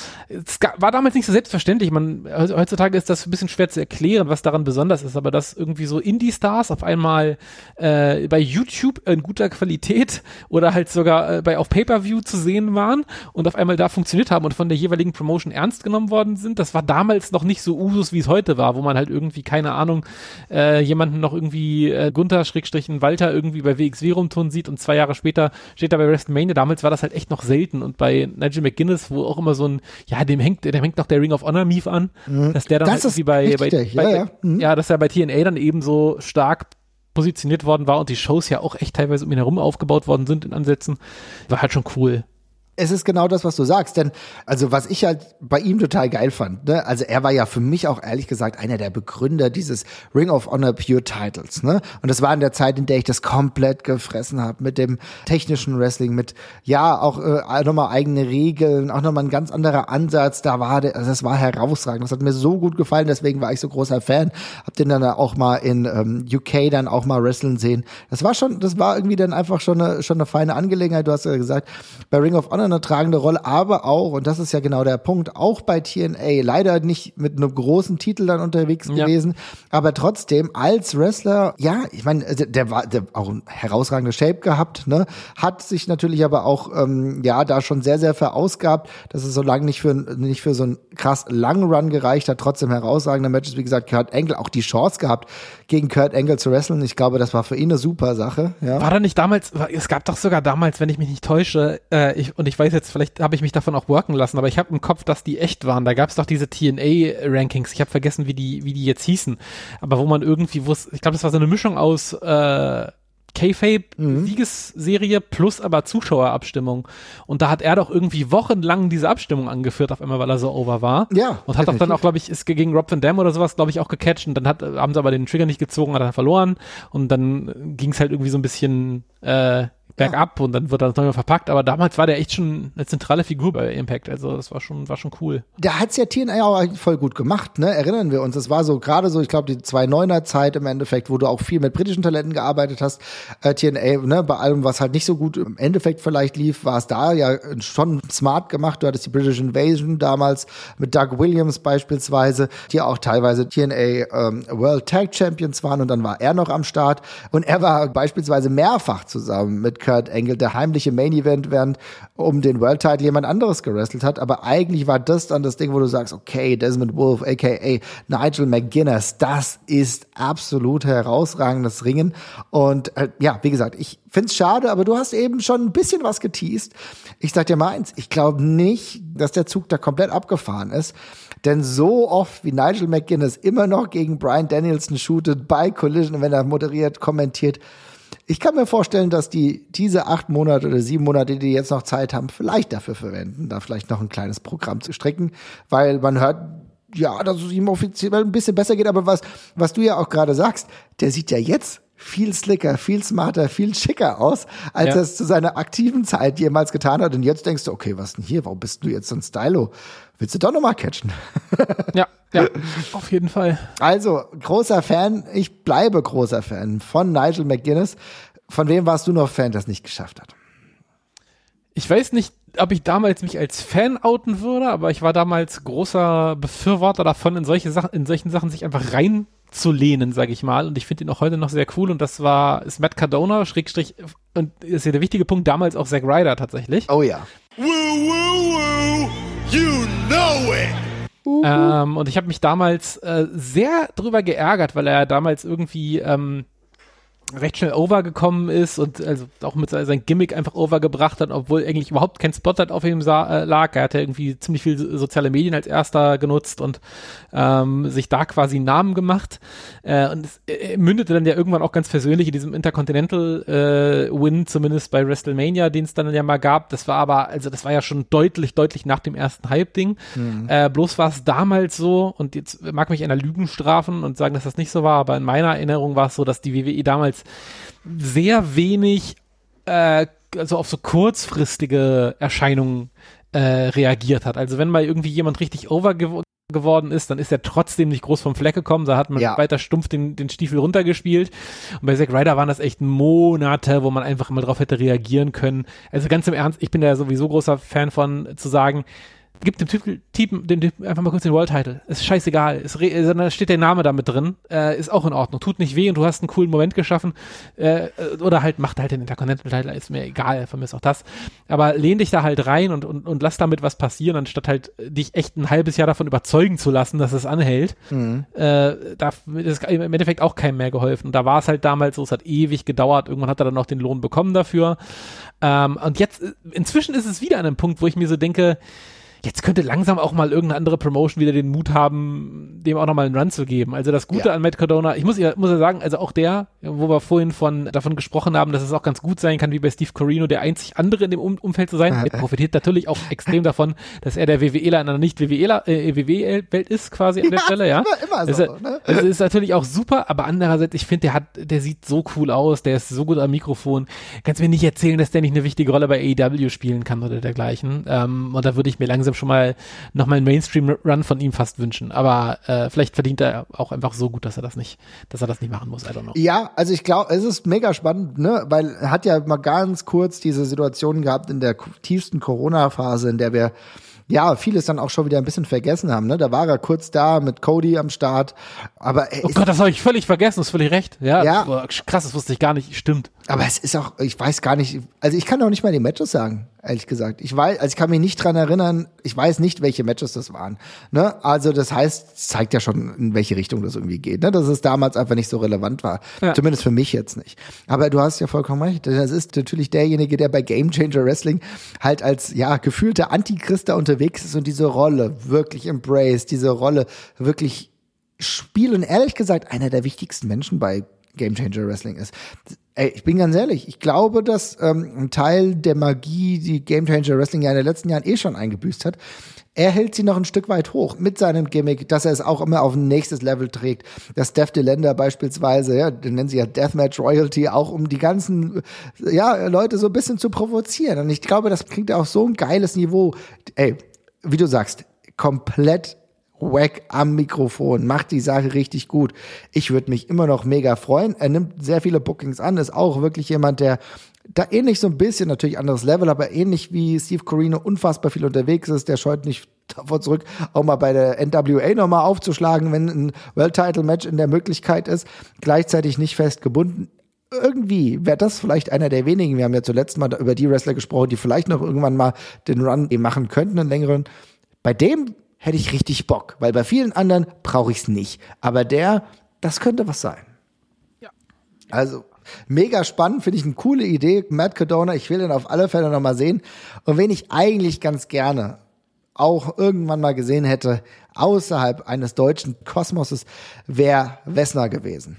es war damals nicht so selbstverständlich. Man, heutzutage ist das ein bisschen schwer zu erklären, was daran besonders ist, aber dass irgendwie so Indie-Stars auf einmal äh, bei YouTube in guter Qualität oder halt sogar äh, bei auf Pay-Per-View zu sehen waren und auf einmal da funktioniert haben und von der jeweiligen Promotion ernst genommen worden sind, das war damals noch nicht so Usus, wie es heute war, wo man halt irgendwie, keine Ahnung, äh, jemanden noch irgendwie äh, Gunther Schrägstrichen Walter irgendwie bei W X W rumtun sieht und zwei Jahre später steht er bei WrestleMania. Damals war das halt echt noch selten und bei Nigel McGuinness, wo auch immer so ein, ja, dem hängt, dem hängt noch der Ring of Honor Mief an, mhm. dass der dann das halt irgendwie bei, bei, richtig, bei, ja, bei ja. Mhm. ja, dass er bei T N A dann eben so stark positioniert worden war und die Shows ja auch echt teilweise um ihn herum aufgebaut worden sind in Ansätzen, war halt schon cool. Es ist genau das, was du sagst, denn also was ich halt bei ihm total geil fand, ne, also er war ja für mich auch ehrlich gesagt einer der Begründer dieses Ring of Honor Pure Titles, ne, und das war in der Zeit, in der ich das komplett gefressen habe mit dem technischen Wrestling, mit ja auch äh, nochmal eigene Regeln, auch nochmal ein ganz anderer Ansatz, da war der, also das war herausragend, das hat mir so gut gefallen, deswegen war ich so großer Fan, hab den dann auch mal in ähm, U K dann auch mal wrestlen sehen, das war schon, das war irgendwie dann einfach schon eine, schon eine feine Angelegenheit, du hast ja gesagt, bei Ring of Honor eine tragende Rolle, aber auch, und das ist ja genau der Punkt, auch bei T N A, leider nicht mit einem großen Titel dann unterwegs ja. gewesen, aber trotzdem als Wrestler, ja, ich meine, der war der auch ein herausragende Shape gehabt, ne, hat sich natürlich aber auch, ähm, ja, da schon sehr, sehr verausgabt, dass es so lange nicht für, nicht für so einen krass langen Run gereicht hat, trotzdem herausragende Matches, wie gesagt, Kurt Angle, auch die Chance gehabt, gegen Kurt Angle zu wresteln, ich glaube, das war für ihn eine super Sache, ja. War da nicht damals, es gab doch sogar damals, wenn ich mich nicht täusche, äh, ich, und ich weiß jetzt, vielleicht habe ich mich davon auch worken lassen, aber ich habe im Kopf, dass die echt waren. Da gab es doch diese T N A-Rankings. Ich habe vergessen, wie die, wie die jetzt hießen. Aber wo man irgendwie wusste, ich glaube, das war so eine Mischung aus äh, Kayfabe-Siegesserie mhm. plus aber Zuschauerabstimmung. Und da hat er doch irgendwie wochenlang diese Abstimmung angeführt, auf einmal, weil er so over war. Ja. Und hat doch dann auch, glaube ich, ist gegen Rob Van Dam oder sowas, glaube ich, auch gecatcht. Und dann hat, haben sie aber den Trigger nicht gezogen, hat er verloren. Und dann ging es halt irgendwie so ein bisschen äh, bergab ja. und dann wird er neu verpackt, aber damals war der echt schon eine zentrale Figur bei Impact, also das war schon, war schon cool. Der hat's ja T N A auch voll gut gemacht, ne, erinnern wir uns, es war so, gerade so, ich glaube, die zwei neuner Zeit im Endeffekt, wo du auch viel mit britischen Talenten gearbeitet hast, äh, T N A, ne, bei allem, was halt nicht so gut im Endeffekt vielleicht lief, war es da ja schon smart gemacht, du hattest die British Invasion damals mit Doug Williams beispielsweise, die auch teilweise T N A ähm, World Tag Champions waren und dann war er noch am Start und er war beispielsweise mehrfach zusammen mit Kurt Angle der heimliche Main Event, während um den World Title jemand anderes gewrestelt hat, aber eigentlich war das dann das Ding, wo du sagst, okay, Desmond Wolfe, aka Nigel McGuinness, das ist absolut herausragendes Ringen und äh, ja, wie gesagt, ich find's schade, aber du hast eben schon ein bisschen was geteased. Ich sag dir mal eins, ich glaube nicht, dass der Zug da komplett abgefahren ist, denn so oft wie Nigel McGuinness immer noch gegen Bryan Danielson shootet bei Collision, wenn er moderiert, kommentiert. Ich kann mir vorstellen, dass die diese acht Monate oder sieben Monate, die jetzt noch Zeit haben, vielleicht dafür verwenden, da vielleicht noch ein kleines Programm zu stricken, weil man hört, ja, dass es ihm offiziell ein bisschen besser geht, aber was, was du ja auch gerade sagst, der sieht ja jetzt viel slicker, viel smarter, viel schicker aus, als ja. er es zu seiner aktiven Zeit jemals getan hat. Und jetzt denkst du, okay, was denn hier? Warum bist du jetzt so ein Stylo? Willst du doch noch mal catchen? Ja, ja, auf jeden Fall. Also, großer Fan, ich bleibe großer Fan von Nigel McGuinness. Von wem warst du noch Fan, der es nicht geschafft hat? Ich weiß nicht, ob ich damals mich als Fan outen würde, aber ich war damals großer Befürworter davon, in solche Sachen, in solchen Sachen sich einfach reinzulehnen, sage ich mal. Und ich finde ihn auch heute noch sehr cool. Und das war, ist Matt Cardona, Schrägstrich, und ist ja der wichtige Punkt, damals auch Zack Ryder tatsächlich. Oh ja. Woo, woo, woo, you know it. Uh-huh. Ähm, und ich habe mich damals äh, sehr drüber geärgert, weil er damals irgendwie ähm, recht schnell overgekommen ist und also auch mit seinem Gimmick einfach overgebracht hat, obwohl eigentlich überhaupt kein Spotlight auf ihm sa- äh, lag. Er hatte irgendwie ziemlich viel soziale Medien als erster genutzt und ähm, sich da quasi einen Namen gemacht. Äh, und es äh, mündete dann ja irgendwann auch ganz persönlich in diesem Intercontinental-Win, äh, zumindest bei WrestleMania, den es dann ja mal gab. Das war aber, also das war ja schon deutlich, deutlich nach dem ersten Hype-Ding. Mhm. Äh, bloß war es damals so, und jetzt mag mich einer Lügen strafen und sagen, dass das nicht so war, aber in meiner Erinnerung war es so, dass die W W E damals sehr wenig äh, also auf so kurzfristige Erscheinungen äh, reagiert hat. Also wenn mal irgendwie jemand richtig over gew- geworden ist, dann ist er trotzdem nicht groß vom Fleck gekommen, da hat man ja. weiter stumpf den, den Stiefel runtergespielt. Und bei Zack Ryder waren das echt Monate, wo man einfach mal drauf hätte reagieren können. Also ganz im Ernst, ich bin da ja sowieso großer Fan von, zu sagen, gib dem Typen, Typen dem Typen einfach mal kurz den World Title. Ist scheißegal. Ist re- da steht der Name da mit drin. Äh, ist auch in Ordnung. Tut nicht weh und du hast einen coolen Moment geschaffen. Äh, oder halt, macht halt den Intercontinental Title. Ist mir egal. Von mir ist auch das. Aber lehn dich da halt rein und, und, und lass damit was passieren, anstatt halt dich echt ein halbes Jahr davon überzeugen zu lassen, dass es anhält. Mhm. Äh, da ist im Endeffekt auch keinem mehr geholfen. Und da war es halt damals so, es hat ewig gedauert. Irgendwann hat er dann auch den Lohn bekommen dafür. Ähm, und jetzt, inzwischen ist es wieder an einem Punkt, wo ich mir so denke, jetzt könnte langsam auch mal irgendeine andere Promotion wieder den Mut haben, dem auch nochmal einen Run zu geben. Also das Gute ja. an Matt Cardona, ich muss ja, muss ja sagen, also auch der, wo wir vorhin von davon gesprochen haben, dass es auch ganz gut sein kann, wie bei Steve Corino, der einzig andere in dem um- Umfeld zu sein. Er profitiert natürlich auch extrem davon, dass er der WWEler in einer Nicht-WWEler, äh, W W E-Welt ist, quasi an der ja, Stelle, ja. Immer, immer so, ne? Das ist natürlich auch super, aber andererseits, ich finde, der hat, der sieht so cool aus, der ist so gut am Mikrofon. Kannst mir nicht erzählen, dass der nicht eine wichtige Rolle bei A E W spielen kann oder dergleichen. Ähm, und da würde ich mir langsam schon mal noch mal einen Mainstream-Run von ihm fast wünschen. Aber äh, vielleicht verdient er auch einfach so gut, dass er das nicht, dass er das nicht machen muss. I don't know. Ja, also ich glaube, es ist mega spannend, ne, weil er hat ja mal ganz kurz diese Situation gehabt in der tiefsten Corona-Phase, in der wir ja, vieles dann auch schon wieder ein bisschen vergessen haben, ne? Da war er kurz da mit Cody am Start, aber er Oh Gott, das habe ich völlig vergessen, das ist völlig recht. Ja, ja. Boah, krass, das wusste ich gar nicht, stimmt. Aber es ist auch, ich weiß gar nicht, also ich kann auch nicht mal die Matches sagen, ehrlich gesagt. Ich weiß, also ich kann mich nicht dran erinnern, ich weiß nicht, welche Matches das waren, ne? Also das heißt, es zeigt ja schon, in welche Richtung das irgendwie geht, ne? Dass es damals einfach nicht so relevant war. Ja. Zumindest für mich jetzt nicht. Aber du hast ja vollkommen recht, das ist natürlich derjenige, der bei Game Changer Wrestling halt als, ja, gefühlter Antichrist da unterwegs ist und diese Rolle wirklich embrace, diese Rolle wirklich spielt und ehrlich gesagt einer der wichtigsten Menschen bei Game Changer Wrestling ist. Ey, ich bin ganz ehrlich, ich glaube, dass ähm, ein Teil der Magie, die Game Changer Wrestling ja in den letzten Jahren eh schon eingebüßt hat, er hält sie noch ein Stück weit hoch mit seinem Gimmick, dass er es auch immer auf ein nächstes Level trägt. Das Death Delender beispielsweise, ja, den nennen sie ja Deathmatch Royalty, auch um die ganzen ja, Leute so ein bisschen zu provozieren. Und ich glaube, das kriegt er auf so ein geiles Niveau. Ey, wie du sagst, komplett wack am Mikrofon, macht die Sache richtig gut. Ich würde mich immer noch mega freuen. Er nimmt sehr viele Bookings an, ist auch wirklich jemand, der da ähnlich so ein bisschen, natürlich anderes Level, aber ähnlich wie Steve Corino unfassbar viel unterwegs ist, der scheut nicht davor zurück, auch mal bei der N W A nochmal aufzuschlagen, wenn ein World-Title-Match in der Möglichkeit ist, gleichzeitig nicht fest gebunden. Irgendwie wäre das vielleicht einer der wenigen, wir haben ja zuletzt mal über die Wrestler gesprochen, die vielleicht noch irgendwann mal den Run machen könnten, einen längeren. Bei dem hätte ich richtig Bock, weil bei vielen anderen brauche ich es nicht. Aber der, das könnte was sein. Ja. Also, mega spannend, finde ich eine coole Idee. Matt Cardona, ich will den auf alle Fälle noch mal sehen. Und wen ich eigentlich ganz gerne auch irgendwann mal gesehen hätte, außerhalb eines deutschen Kosmoses, wäre Vesna gewesen.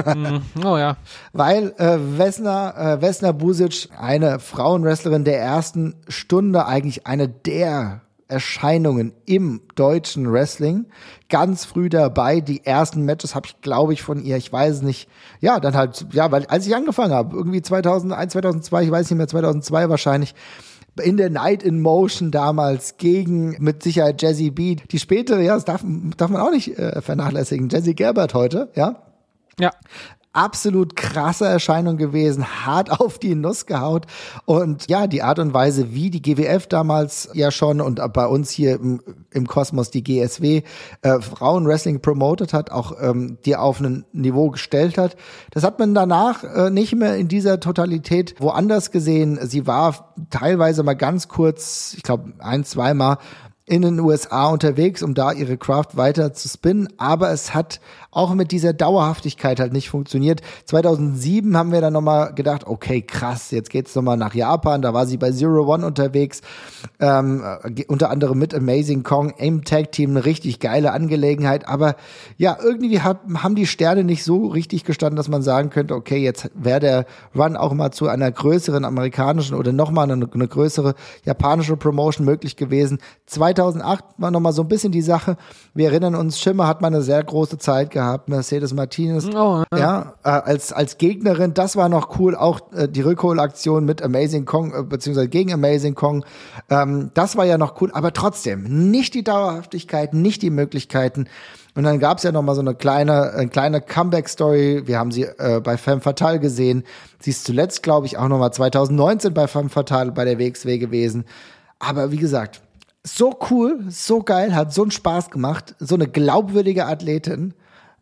mm, oh ja. Weil äh, Vesna, äh, Vesna Busic, eine Frauenwrestlerin der ersten Stunde, eigentlich eine der Erscheinungen im deutschen Wrestling, ganz früh dabei. Die ersten Matches habe ich, glaube ich, von ihr, ich weiß es nicht, ja, dann halt, ja, weil als ich angefangen habe, irgendwie zweitausendeins, zweitausendzwei, ich weiß nicht mehr, zweitausendzwei wahrscheinlich, in der Night in Motion damals gegen mit Sicherheit Jazzy B. Die spätere, ja, das darf, darf man auch nicht äh, vernachlässigen, Jazzy Gerbert heute, ja. Ja. Absolut krasse Erscheinung gewesen, hart auf die Nuss gehaut und ja, die Art und Weise, wie die G W F damals ja schon und bei uns hier im, im Kosmos die G S W äh, Frauenwrestling promotet hat, auch ähm, die auf ein Niveau gestellt hat, das hat man danach äh, nicht mehr in dieser Totalität woanders gesehen. Sie war teilweise mal ganz kurz, ich glaube ein, zweimal in den U S A unterwegs, um da ihre Craft weiter zu spinnen, aber es hat auch mit dieser Dauerhaftigkeit halt nicht funktioniert. zweitausendsieben haben wir dann nochmal gedacht, okay, krass, jetzt geht's nochmal nach Japan, da war sie bei Zero One unterwegs, ähm, unter anderem mit Amazing Kong im Tag Team, eine richtig geile Angelegenheit, aber ja, irgendwie hat, haben die Sterne nicht so richtig gestanden, dass man sagen könnte, okay, jetzt wäre der Run auch mal zu einer größeren amerikanischen oder nochmal eine, eine größere japanische Promotion möglich gewesen. zweitausendacht war nochmal so ein bisschen die Sache, wir erinnern uns, Shimmer hat mal eine sehr große Zeit gehabt, Mercedes Martinez, oh, ja, ja äh, als als Gegnerin, das war noch cool, auch äh, die Rückholaktion mit Amazing Kong, äh, beziehungsweise gegen Amazing Kong, ähm, das war ja noch cool, aber trotzdem, nicht die Dauerhaftigkeit, nicht die Möglichkeiten. Und dann gab's ja noch mal so eine kleine, eine kleine Comeback-Story. Wir haben sie äh, bei Femme Fatale gesehen. Sie ist zuletzt, glaube ich, auch noch mal zweitausendneunzehn bei Femme Fatale bei der W X W gewesen. Aber wie gesagt, so cool, so geil, hat so einen Spaß gemacht, so eine glaubwürdige Athletin.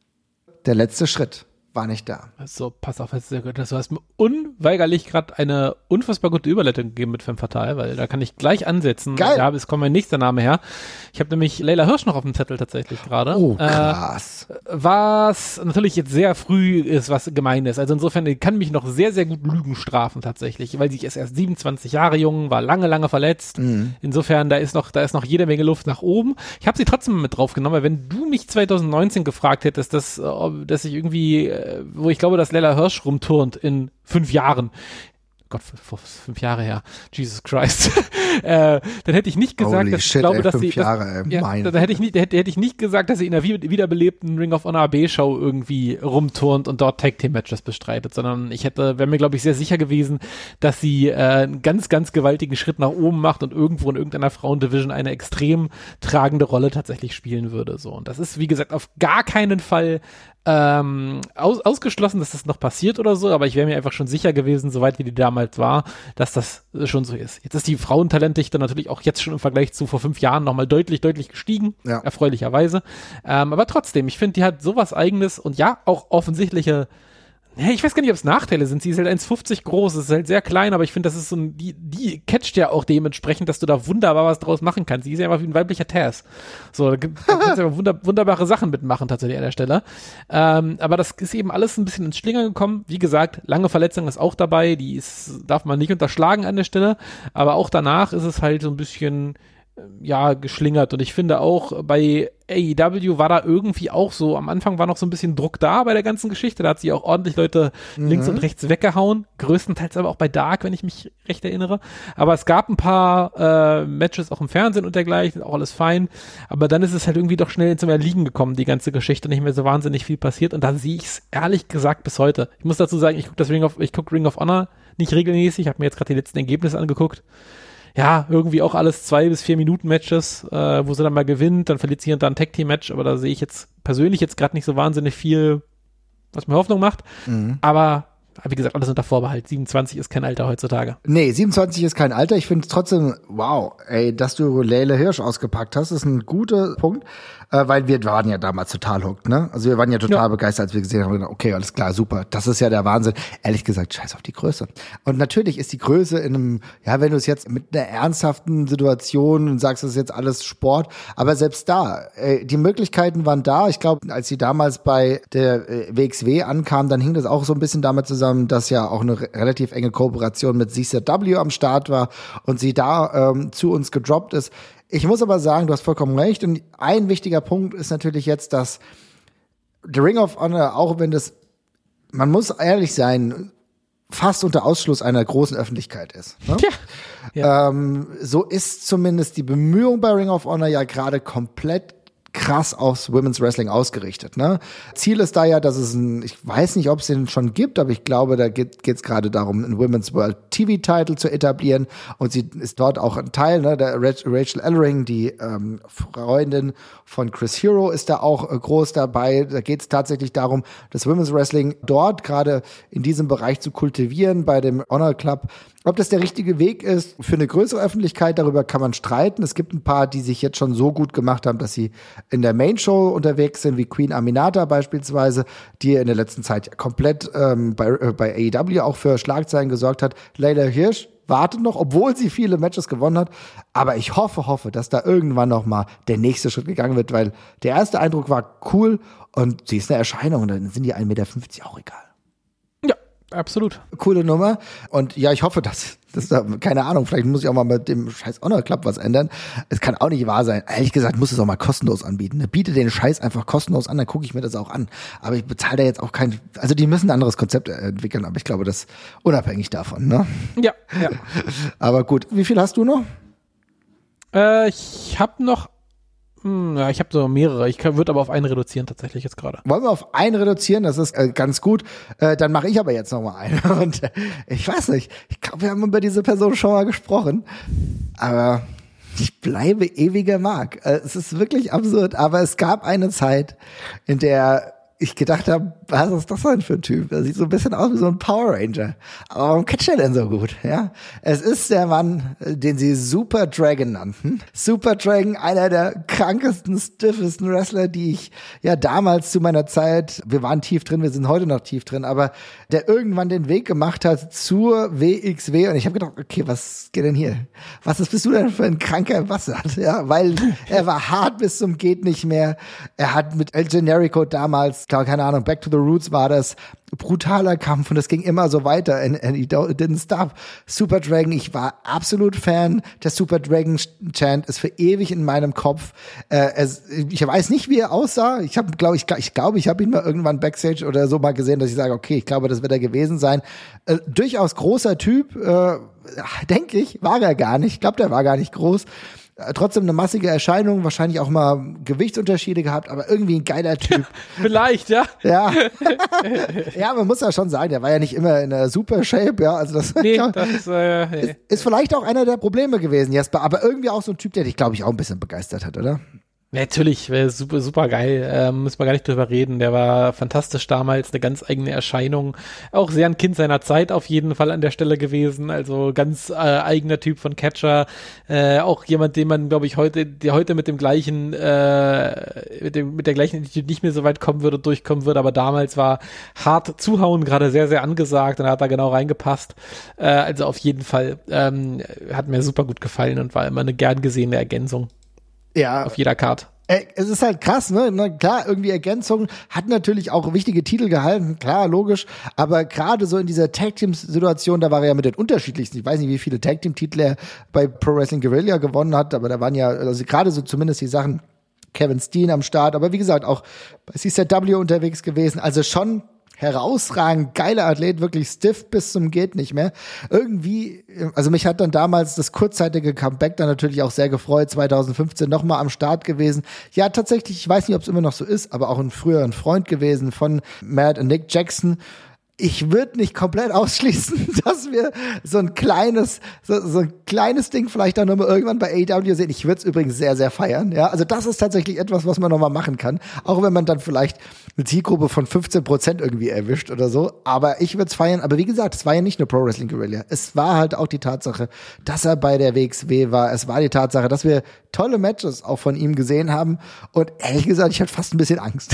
Der letzte Schritt war nicht da. So, pass auf, jetzt, du hast mir unweigerlich gerade eine unfassbar gute Überleitung gegeben mit Femme Fatale, weil da kann ich gleich ansetzen. Geil. Ja, es kommt mein nächster Name her. Ich habe nämlich Leila Hirsch noch auf dem Zettel tatsächlich gerade. Oh, krass. Äh, was natürlich jetzt sehr früh ist, was gemein ist. Also insofern, die kann mich noch sehr, sehr gut Lügen strafen tatsächlich, weil sie ist erst siebenundzwanzig Jahre jung, war lange, lange verletzt. Mhm. Insofern, da ist noch, da ist noch jede Menge Luft nach oben. Ich habe sie trotzdem mit draufgenommen, weil wenn du mich zweitausendneunzehn gefragt hättest, dass, dass ich irgendwie, wo ich glaube, dass Leila Hirsch rumturnt in fünf Jahren. Gott, fünf Jahre her. Jesus Christ. äh, dann hätte ich nicht gesagt, Holy dass shit, ich glaube, ey, dass fünf sie, Jahre, dass, ey, ja, mein da hätte ich nicht, hätte, hätte ich nicht gesagt, dass sie in einer wiederbelebten Ring of Honor A B-Show irgendwie rumturnt und dort Tag-Team-Matches bestreitet, sondern ich hätte, wäre mir, glaube ich, sehr sicher gewesen, dass sie äh, einen ganz, ganz gewaltigen Schritt nach oben macht und irgendwo in irgendeiner Frauendivision eine extrem tragende Rolle tatsächlich spielen würde. So. Und das ist, wie gesagt, auf gar keinen Fall ähm, aus, ausgeschlossen, dass das noch passiert oder so, aber ich wäre mir einfach schon sicher gewesen, soweit wie die damals war, dass das schon so ist. Jetzt ist die Frauentalentdichte natürlich auch jetzt schon im Vergleich zu vor fünf Jahren nochmal deutlich, deutlich gestiegen, ja. Erfreulicherweise. Ähm, aber trotzdem, ich finde, die hat sowas Eigenes und ja, auch offensichtliche, hey, ich weiß gar nicht, ob es Nachteile sind. Sie ist halt eins fünfzig groß, ist halt sehr klein, aber ich finde, das ist so ein, die, die catcht ja auch dementsprechend, dass du da wunderbar was draus machen kannst. Sie ist ja einfach wie ein weiblicher Taz. So, da, da kannst du ja wunder, wunderbare Sachen mitmachen tatsächlich an der Stelle. Ähm, aber das ist eben alles ein bisschen ins Schlingern gekommen. Wie gesagt, lange Verletzung ist auch dabei, die ist, darf man nicht unterschlagen an der Stelle, aber auch danach ist es halt so ein bisschen, ja, geschlingert. Und ich finde auch, bei A E W war da irgendwie auch so, am Anfang war noch so ein bisschen Druck da bei der ganzen Geschichte, da hat sie auch ordentlich Leute mhm. links und rechts weggehauen, größtenteils aber auch bei Dark, wenn ich mich recht erinnere. Aber es gab ein paar äh, Matches auch im Fernsehen und dergleichen, auch alles fein. Aber dann ist es halt irgendwie doch schnell zum Erliegen gekommen, die ganze Geschichte, nicht mehr so wahnsinnig viel passiert. Und da sehe ich es ehrlich gesagt bis heute. Ich muss dazu sagen, ich gucke das Ring of, ich gucke Ring of Honor nicht regelmäßig, habe mir jetzt gerade die letzten Ergebnisse angeguckt. Ja, irgendwie auch alles zwei bis vier Minuten Matches, äh, wo sie dann mal gewinnt, dann verliert sie hier und da ein Tag-Team-Match, aber da sehe ich jetzt persönlich jetzt gerade nicht so wahnsinnig viel, was mir Hoffnung macht, mhm. aber wie gesagt, alles unter Vorbehalt. siebenundzwanzig ist kein Alter heutzutage. Nee, siebenundzwanzig ist kein Alter. Ich finde trotzdem, wow, ey, dass du Layla Hirsch ausgepackt hast, ist ein guter Punkt, äh, weil wir waren ja damals total hooked, ne? Also wir waren ja total ja. begeistert, als wir gesehen haben, okay, alles klar, super, das ist ja der Wahnsinn. Ehrlich gesagt, scheiß auf die Größe. Und natürlich ist die Größe in einem, ja, wenn du es jetzt mit einer ernsthaften Situation und sagst, das ist jetzt alles Sport, aber selbst da, ey, die Möglichkeiten waren da. Ich glaube, als sie damals bei der äh, W X W ankam, dann hing das auch so ein bisschen damit zusammen, dass ja auch eine relativ enge Kooperation mit C Z W am Start war und sie da ähm, zu uns gedroppt ist. Ich muss aber sagen, du hast vollkommen recht. Und ein wichtiger Punkt ist natürlich jetzt, dass The Ring of Honor, auch wenn das, man muss ehrlich sein, fast unter Ausschluss einer großen Öffentlichkeit ist. Ne? Ja. Ja. Ähm, so ist zumindest die Bemühung bei Ring of Honor ja gerade komplett krass aufs Women's Wrestling ausgerichtet, ne? Ziel ist da ja, dass es ein, ich weiß nicht, ob es den schon gibt, aber ich glaube, da geht es gerade darum, einen Women's World T V-Title zu etablieren und sie ist dort auch ein Teil, ne? Der Rachel Ellering, die ähm, Freundin von Chris Hero, ist da auch äh, groß dabei. Da geht es tatsächlich darum, das Women's Wrestling dort gerade in diesem Bereich zu kultivieren, bei dem Honor Club. Ob das der richtige Weg ist für eine größere Öffentlichkeit, darüber kann man streiten. Es gibt ein paar, die sich jetzt schon so gut gemacht haben, dass sie in der Main-Show unterwegs sind, wie Queen Aminata beispielsweise, die in der letzten Zeit komplett ähm, bei, äh, bei A E W auch für Schlagzeilen gesorgt hat. Layla Hirsch wartet noch, obwohl sie viele Matches gewonnen hat. Aber ich hoffe, hoffe, dass da irgendwann noch mal der nächste Schritt gegangen wird, weil der erste Eindruck war cool und sie ist eine Erscheinung und dann sind die ein Meter fünfzig auch egal. Absolut. Coole Nummer. Und ja, ich hoffe, dass, dass da, keine Ahnung, vielleicht muss ich auch mal mit dem scheiß Honor Club was ändern. Es kann auch nicht wahr sein. Ehrlich gesagt, muss es auch mal kostenlos anbieten. Biete den Scheiß einfach kostenlos an, dann gucke ich mir das auch an. Aber ich bezahle da jetzt auch kein, also die müssen ein anderes Konzept entwickeln, aber ich glaube, das unabhängig davon, ne? Ja, ja. Aber gut, wie viel hast du noch? Äh, ich habe noch Ja, ich habe so mehrere. Ich würde aber auf einen reduzieren tatsächlich jetzt gerade. Wollen wir auf einen reduzieren? Das ist äh, ganz gut. Äh, dann mache ich aber jetzt noch mal einen. Und äh, ich weiß nicht. Ich glaube, wir haben über diese Person schon mal gesprochen. Aber ich bleibe ewiger Mark. Äh, es ist wirklich absurd. Aber es gab eine Zeit, in der ich gedacht habe, was ist das denn für ein Typ? Er sieht so ein bisschen aus wie so ein Power Ranger. Aber warum catcht er denn so gut? Ja, es ist der Mann, den sie Super Dragon nannten. Super Dragon, einer der krankesten, stiffesten Wrestler, die ich ja damals zu meiner Zeit, wir waren tief drin, wir sind heute noch tief drin, aber der irgendwann den Weg gemacht hat zur W X W. Und ich habe gedacht, okay, was geht denn hier? Was ist, bist du denn für ein kranker Bastard? Ja, weil er war hart bis zum geht nicht mehr. Er hat mit El Generico damals, keine Ahnung, Back to the Roots war das, brutaler Kampf und das ging immer so weiter and, and he didn't stop. Super Dragon, ich war absolut Fan. Der Super Dragon Chant ist für ewig in meinem Kopf. Äh, es, ich weiß nicht, wie er aussah. Ich habe, glaube ich, ich glaube, ich habe ihn mal irgendwann Backstage oder so mal gesehen, dass ich sage, okay, ich glaube, das wird er gewesen sein. Äh, durchaus großer Typ, äh, denke ich, war er gar nicht. Ich glaube, der war gar nicht groß. Trotzdem eine massige Erscheinung, wahrscheinlich auch mal Gewichtsunterschiede gehabt, aber irgendwie ein geiler Typ. Vielleicht, ja. Ja. Ja, man muss ja schon sagen, der war ja nicht immer in einer super Shape, ja. Also das, nee, glaub, das ist, äh, nee. ist, ist vielleicht auch einer der Probleme gewesen, Jesper, aber irgendwie auch so ein Typ, der dich, glaube ich, auch ein bisschen begeistert hat, oder? Natürlich, wäre super, super geil, ähm, müssen wir gar nicht drüber reden, der war fantastisch damals, eine ganz eigene Erscheinung, auch sehr ein Kind seiner Zeit auf jeden Fall an der Stelle gewesen, also ganz äh, eigener Typ von Catcher, äh, auch jemand, den man, glaube ich, heute, der heute mit dem gleichen, äh, mit dem, mit der gleichen Attitude nicht mehr so weit kommen würde, durchkommen würde, aber damals war hart zuhauen gerade sehr, sehr angesagt und hat da genau reingepasst, äh, also auf jeden Fall, ähm, hat mir super gut gefallen und war immer eine gern gesehene Ergänzung. Ja. Auf jeder Karte. Es ist halt krass, ne? Na klar, irgendwie Ergänzungen, hat natürlich auch wichtige Titel gehalten, klar, logisch, aber gerade so in dieser Tag-Team-Situation, da war er ja mit den unterschiedlichsten, ich weiß nicht, wie viele Tag-Team-Titel er bei Pro Wrestling Guerrilla gewonnen hat, aber da waren ja, also gerade so zumindest die Sachen, Kevin Steen am Start, aber wie gesagt, auch bei C Z W unterwegs gewesen, also schon herausragend, geiler Athlet, wirklich stiff bis zum geht nicht mehr. Irgendwie, also mich hat dann damals das kurzzeitige Comeback dann natürlich auch sehr gefreut, zwanzig fünfzehn nochmal am Start gewesen. Ja, tatsächlich, ich weiß nicht, ob es immer noch so ist, aber auch ein früheren Freund gewesen von Matt und Nick Jackson. Ich würde nicht komplett ausschließen, dass wir so ein kleines, so, so ein kleines Ding vielleicht auch nochmal irgendwann bei A E W sehen. Ich würde es übrigens sehr, sehr feiern. Ja, also das ist tatsächlich etwas, was man nochmal machen kann. Auch wenn man dann vielleicht eine Zielgruppe von fünfzehn Prozent irgendwie erwischt oder so. Aber ich würde es feiern. Aber wie gesagt, es war ja nicht nur Pro Wrestling Guerrilla. Es war halt auch die Tatsache, dass er bei der W X W war. Es war die Tatsache, dass wir tolle Matches auch von ihm gesehen haben. Und ehrlich gesagt, ich hatte fast ein bisschen Angst.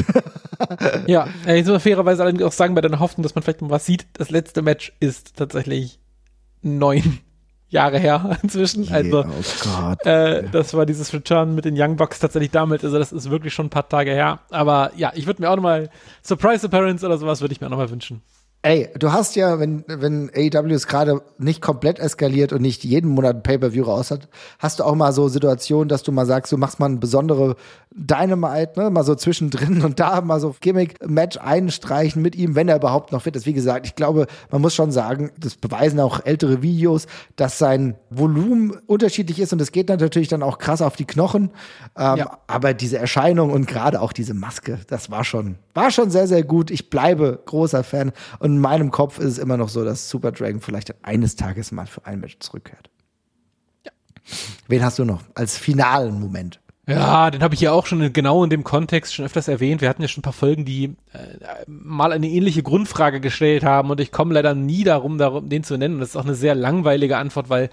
Ja, ich muss fairerweise allerdings auch sagen, bei deiner Hoffnung, dass man vielleicht mal was sieht, das letzte Match ist tatsächlich neun Jahre her inzwischen. Also, oh Gott. Äh, das war dieses Return mit den Young Bucks tatsächlich damit. Also das ist wirklich schon ein paar Tage her. Aber ja, ich würde mir auch nochmal Surprise Appearance oder sowas würde ich mir auch nochmal wünschen. Ey, du hast ja, wenn wenn A E W es gerade nicht komplett eskaliert und nicht jeden Monat ein Pay-Per-View raus hat, hast du auch mal so Situationen, dass du mal sagst, du machst mal eine besondere Dynamite, ne, mal so zwischendrin und da mal so Gimmick-Match einstreichen mit ihm, wenn er überhaupt noch fit ist. Wie gesagt, ich glaube, man muss schon sagen, das beweisen auch ältere Videos, dass sein Volumen unterschiedlich ist und es geht natürlich dann auch krass auf die Knochen. Ähm, ja. Aber diese Erscheinung und gerade auch diese Maske, das war schon, war schon sehr, sehr gut. Ich bleibe großer Fan und in meinem Kopf ist es immer noch so, dass Super Dragon vielleicht eines Tages mal für ein Match zurückkehrt. Ja. Wen hast du noch als finalen Moment? Ja, den habe ich ja auch schon genau in dem Kontext schon öfters erwähnt. Wir hatten ja schon ein paar Folgen, die äh, mal eine ähnliche Grundfrage gestellt haben und ich komme leider nie darum, darum, den zu nennen. Und das ist auch eine sehr langweilige Antwort, weil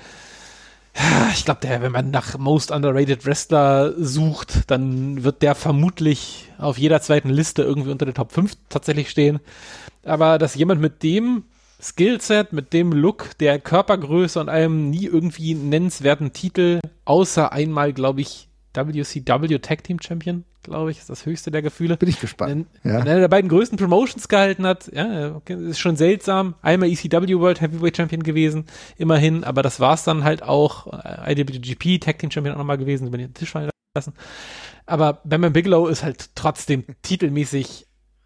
ja, ich glaube, der, wenn man nach Most Underrated Wrestler sucht, dann wird der vermutlich auf jeder zweiten Liste irgendwie unter der Top fünf tatsächlich stehen. Aber dass jemand mit dem Skillset, mit dem Look, der Körpergröße und einem nie irgendwie nennenswerten Titel, außer einmal, glaube ich, W C W Tag Team Champion, glaube ich, ist das höchste der Gefühle. Bin ich gespannt. In, ja. in einer der beiden größten Promotions gehalten hat, ja, okay, ist schon seltsam. Einmal E C W World Heavyweight Champion gewesen, immerhin, aber das war's dann halt auch. I W G P Tag Team Champion auch nochmal gewesen, über den Tisch fallen lassen. Aber Bam Bam Bigelow ist halt trotzdem titelmäßig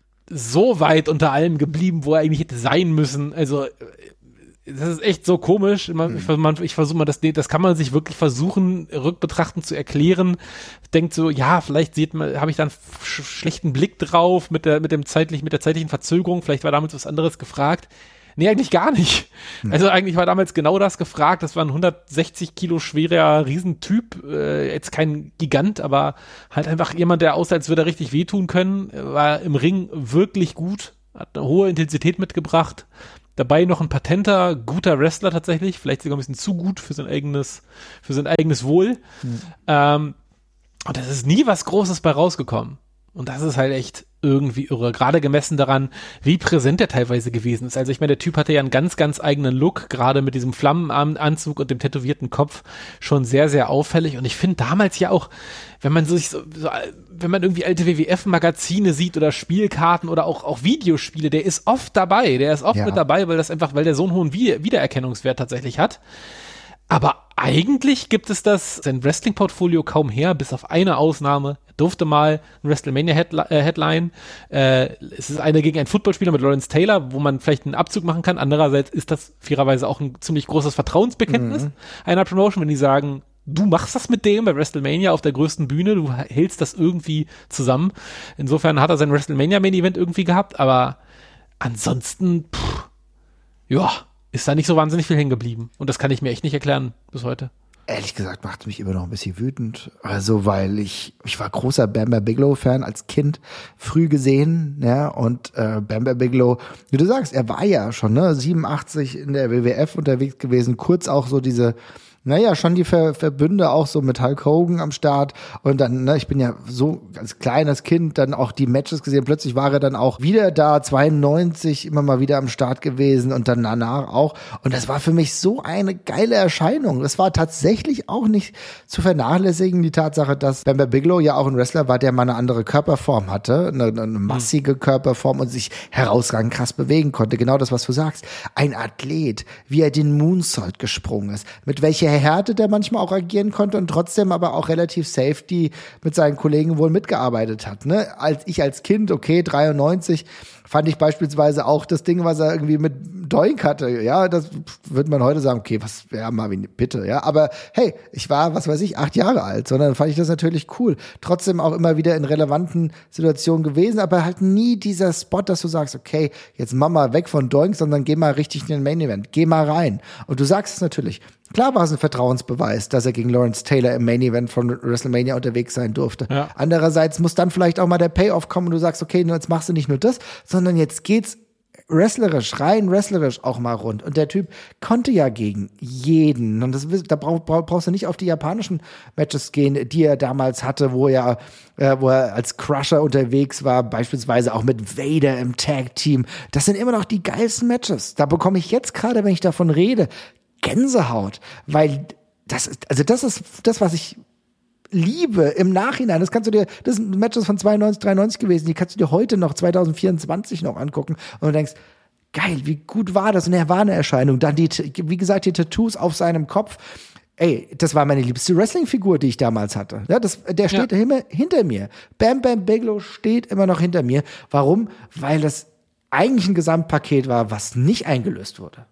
so weit unter allem geblieben, wo er eigentlich hätte sein müssen. Also das ist echt so komisch. Man, ich, man, ich versuche mal, das, das kann man sich wirklich versuchen, rückbetrachtend zu erklären. Denkt so, ja, vielleicht sieht man, habe ich da einen sch- schlechten Blick drauf mit der, mit dem zeitlich, mit der zeitlichen Verzögerung. Vielleicht war damals was anderes gefragt. Nee, eigentlich gar nicht. Hm. Also eigentlich war damals genau das gefragt. Das war ein hundertsechzig Kilo schwerer Riesentyp. Äh, jetzt kein Gigant, aber halt einfach jemand, der aussah, als würde er richtig wehtun können. War im Ring wirklich gut. Hat eine hohe Intensität mitgebracht. Dabei noch ein patenter, guter Wrestler tatsächlich. Vielleicht sogar ein bisschen zu gut für sein eigenes, für sein eigenes Wohl. Hm. Ähm, und das ist nie was Großes bei rausgekommen. Und das ist halt echt irgendwie irre. Gerade gemessen daran, wie präsent er teilweise gewesen ist. Also ich meine, der Typ hatte ja einen ganz, ganz eigenen Look, gerade mit diesem Flammenanzug und dem tätowierten Kopf, schon sehr, sehr auffällig. Und ich finde damals ja auch, wenn man sich so, so wenn man irgendwie alte W W F-Magazine sieht oder Spielkarten oder auch, auch Videospiele, der ist oft dabei. Der ist oft ja. mit dabei, weil das einfach, weil der so einen hohen Wiedererkennungswert tatsächlich hat. Aber eigentlich gibt es das, sein Wrestling-Portfolio kaum her, bis auf eine Ausnahme. Er durfte mal ein WrestleMania-Headline. Äh, es ist einer gegen einen Footballspieler mit Lawrence Taylor, wo man vielleicht einen Abzug machen kann. Andererseits ist das fairerweise auch ein ziemlich großes Vertrauensbekenntnis mhm. einer Promotion, wenn die sagen, du machst das mit dem bei WrestleMania auf der größten Bühne, du hältst das irgendwie zusammen. Insofern hat er sein WrestleMania-Main-Event irgendwie gehabt, aber ansonsten, pff, ja, ist da nicht so wahnsinnig viel hängen geblieben. Und das kann ich mir echt nicht erklären bis heute. Ehrlich gesagt macht es mich immer noch ein bisschen wütend. Also, weil ich, ich war großer Bam Bam Bigelow-Fan als Kind, früh gesehen, ja, und äh, Bam Bam Bigelow, wie du sagst, er war ja schon, ne, siebenundachtzig in der W W F unterwegs gewesen, kurz auch so diese naja, schon die Ver- Verbünde auch so mit Hulk Hogan am Start und dann, ne, ich bin ja so als kleines Kind dann auch die Matches gesehen, plötzlich war er dann auch wieder da, zweiundneunzig immer mal wieder am Start gewesen und dann danach auch und das war für mich so eine geile Erscheinung. Es war tatsächlich auch nicht zu vernachlässigen, die Tatsache, dass Bam Bam Bigelow ja auch ein Wrestler war, der mal eine andere Körperform hatte, eine, eine massige mhm. Körperform und sich herausragend krass bewegen konnte. Genau das, was du sagst. Ein Athlet, wie er den Moonsault gesprungen ist, mit welcher Härte der manchmal auch agieren konnte und trotzdem aber auch relativ safety mit seinen Kollegen wohl mitgearbeitet hat. Ne? Als ich als Kind, okay, dreiundneunzig, fand ich beispielsweise auch das Ding, was er irgendwie mit Doink hatte. Ja, das würde man heute sagen, okay, was, ja, Marvin, bitte, ja. Aber hey, ich war, was weiß ich, acht Jahre alt, sondern fand ich das natürlich cool. Trotzdem auch immer wieder in relevanten Situationen gewesen, aber halt nie dieser Spot, dass du sagst, okay, jetzt mach mal weg von Doink, sondern geh mal richtig in den Main Event, geh mal rein. Und du sagst es natürlich, klar war es ein Vertrauensbeweis, dass er gegen Lawrence Taylor im Main Event von WrestleMania unterwegs sein durfte. Ja. Andererseits muss dann vielleicht auch mal der Payoff kommen und du sagst, okay, jetzt machst du nicht nur das, sondern jetzt geht's wrestlerisch, rein wrestlerisch auch mal rund. Und der Typ konnte ja gegen jeden. Und das, da brauch, brauchst du nicht auf die japanischen Matches gehen, die er damals hatte, wo er, äh, wo er als Crusher unterwegs war, beispielsweise auch mit Vader im Tag-Team. Das sind immer noch die geilsten Matches. Da bekomme ich jetzt gerade, wenn ich davon rede, Gänsehaut. Weil das ist, also das ist das, was ich liebe im Nachhinein. Das kannst du dir, das sind Matches von zweiundneunzig, dreiundneunzig gewesen, die kannst du dir heute noch, zwanzig vierundzwanzig noch angucken und du denkst, geil, wie gut war das? Und er war eine Erscheinung. Dann die, wie gesagt, die Tattoos auf seinem Kopf. Ey, das war meine liebste Wrestling-Figur, die ich damals hatte. Ja, das, der steht ja. immer hinter mir. Bam Bam Bigelow steht immer noch hinter mir. Warum? Weil das eigentlich ein Gesamtpaket war, was nicht eingelöst wurde.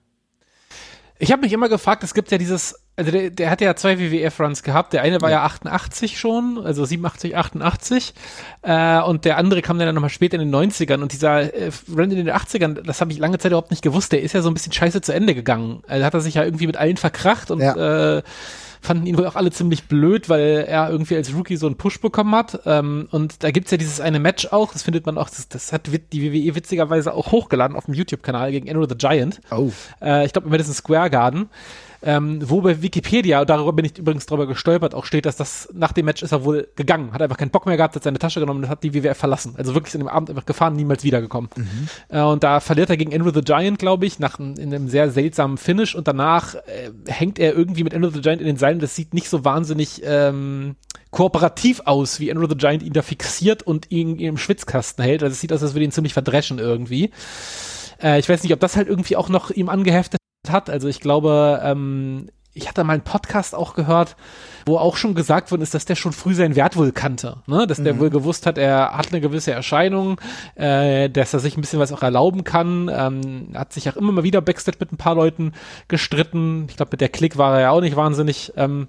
Ich habe mich immer gefragt, es gibt ja dieses, also der, der hat ja zwei W W F-Runs gehabt. Der eine war ja, ja achtundachtzig schon, also siebenundachtzig, achtundachtzig. Äh, und der andere kam dann nochmal später in den neunzigern. Und dieser äh, Run in den achtzigern, das habe ich lange Zeit überhaupt nicht gewusst. Der ist ja so ein bisschen scheiße zu Ende gegangen. Also hat er sich ja irgendwie mit allen verkracht und ja. äh, fanden ihn wohl auch alle ziemlich blöd, weil er irgendwie als Rookie so einen Push bekommen hat. Ähm, und da gibt's ja dieses eine Match auch, das findet man auch, das, das hat die W W E witzigerweise auch hochgeladen auf dem YouTube-Kanal gegen Endo the Giant. Oh. Äh, ich glaube, im Madison Square Garden. Ähm, wo bei Wikipedia, darüber bin ich übrigens drüber gestolpert, auch steht, dass das nach dem Match ist er wohl gegangen, hat einfach keinen Bock mehr gehabt, hat seine Tasche genommen und hat die W W F verlassen. Also wirklich in dem Abend einfach gefahren, niemals wiedergekommen. Mhm. Äh, und da verliert er gegen Andrew the Giant, glaube ich, nach in einem sehr seltsamen Finish und danach äh, hängt er irgendwie mit Andrew the Giant in den Seilen. Das sieht nicht so wahnsinnig ähm, kooperativ aus, wie Andrew the Giant ihn da fixiert und ihn, ihn im Schwitzkasten hält. Also es sieht aus, als würde ihn ziemlich verdreschen irgendwie. Äh, ich weiß nicht, ob das halt irgendwie auch noch ihm angeheftet hat. Also ich glaube, ähm, ich hatte mal einen Podcast auch gehört, wo auch schon gesagt worden ist, dass der schon früh seinen Wert wohl kannte, ne? Dass der mhm. wohl gewusst hat, er hat eine gewisse Erscheinung, äh, dass er sich ein bisschen was auch erlauben kann. Ähm, hat sich auch immer mal wieder Backstage mit ein paar Leuten gestritten. Ich glaube, mit der Klick war er ja auch nicht wahnsinnig ähm,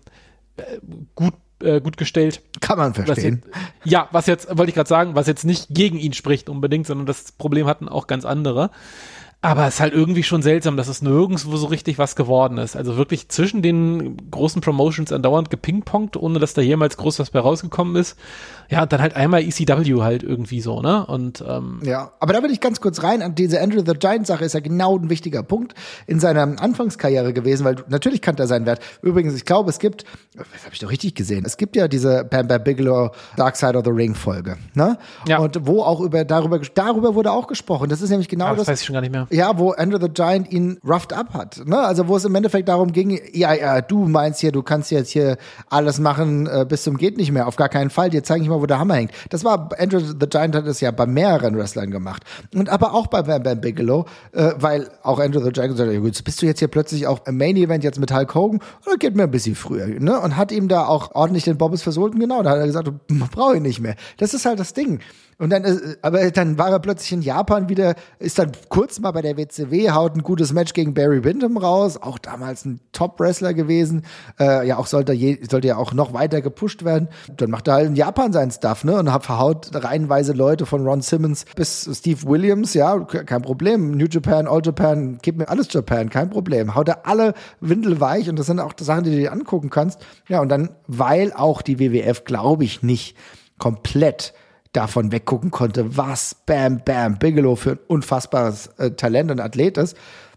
gut äh, gut gestellt. Kann man verstehen. Was jetzt, ja, was jetzt, wollte ich gerade sagen, was jetzt nicht gegen ihn spricht unbedingt, sondern das Problem hatten auch ganz andere. Aber es ist halt irgendwie schon seltsam, dass es nirgendwo so richtig was geworden ist. Also wirklich zwischen den großen Promotions andauernd gepingpongt, ohne dass da jemals groß was bei rausgekommen ist. Ja, und dann halt einmal E C W halt irgendwie so, ne? Und ähm, ja, aber da will ich ganz kurz rein. An diese Andrew the Giant Sache ist ja genau ein wichtiger Punkt in seiner Anfangskarriere gewesen, weil natürlich kannte er seinen Wert. Übrigens, ich glaube, es gibt, das habe ich doch richtig gesehen, es gibt ja diese Bam Bam Bigelow Dark Side of the Ring Folge, ne? Ja. Und wo auch über darüber darüber wurde auch gesprochen. Das ist nämlich genau ja, das. Das weiß ich schon gar nicht mehr. Ja, wo Andrew the Giant ihn roughed up hat, ne? Also wo es im Endeffekt darum ging, ja, ja, du meinst hier, du kannst jetzt hier alles machen äh, bis zum geht nicht mehr. Auf gar keinen Fall. Dir zeige ich mal, wo der Hammer hängt. Das war, Andrew the Giant hat es ja bei mehreren Wrestlern gemacht. Und aber auch bei Bam Bam Bigelow, äh, weil auch Andrew the Giant gesagt hat, ja gut, bist du jetzt hier plötzlich auch im Main Event jetzt mit Hulk Hogan? Oder geht mir ein bisschen früher, ne? Und hat ihm da auch ordentlich den Bobbes versohlt. Und genau, da hat er gesagt, brauche ich nicht mehr. Das ist halt das Ding. Und dann, aber dann war er plötzlich in Japan wieder, ist dann kurz mal bei der W C W, haut ein gutes Match gegen Barry Windham raus, auch damals ein Top-Wrestler gewesen, äh, ja auch sollte, je, sollte ja auch noch weiter gepusht werden. Dann macht er halt in Japan seinen Stuff, ne, und hat verhaut reihenweise Leute von Ron Simmons bis Steve Williams, ja, kein Problem, New Japan, All Japan, gib mir alles Japan, kein Problem. Haut er alle windelweich und das sind auch Sachen, die du dir angucken kannst. Ja, und dann, weil auch die W W F, glaube ich, nicht komplett davon weggucken konnte, was Bam Bam Bigelow für ein unfassbares äh, Talent und Athlet ist,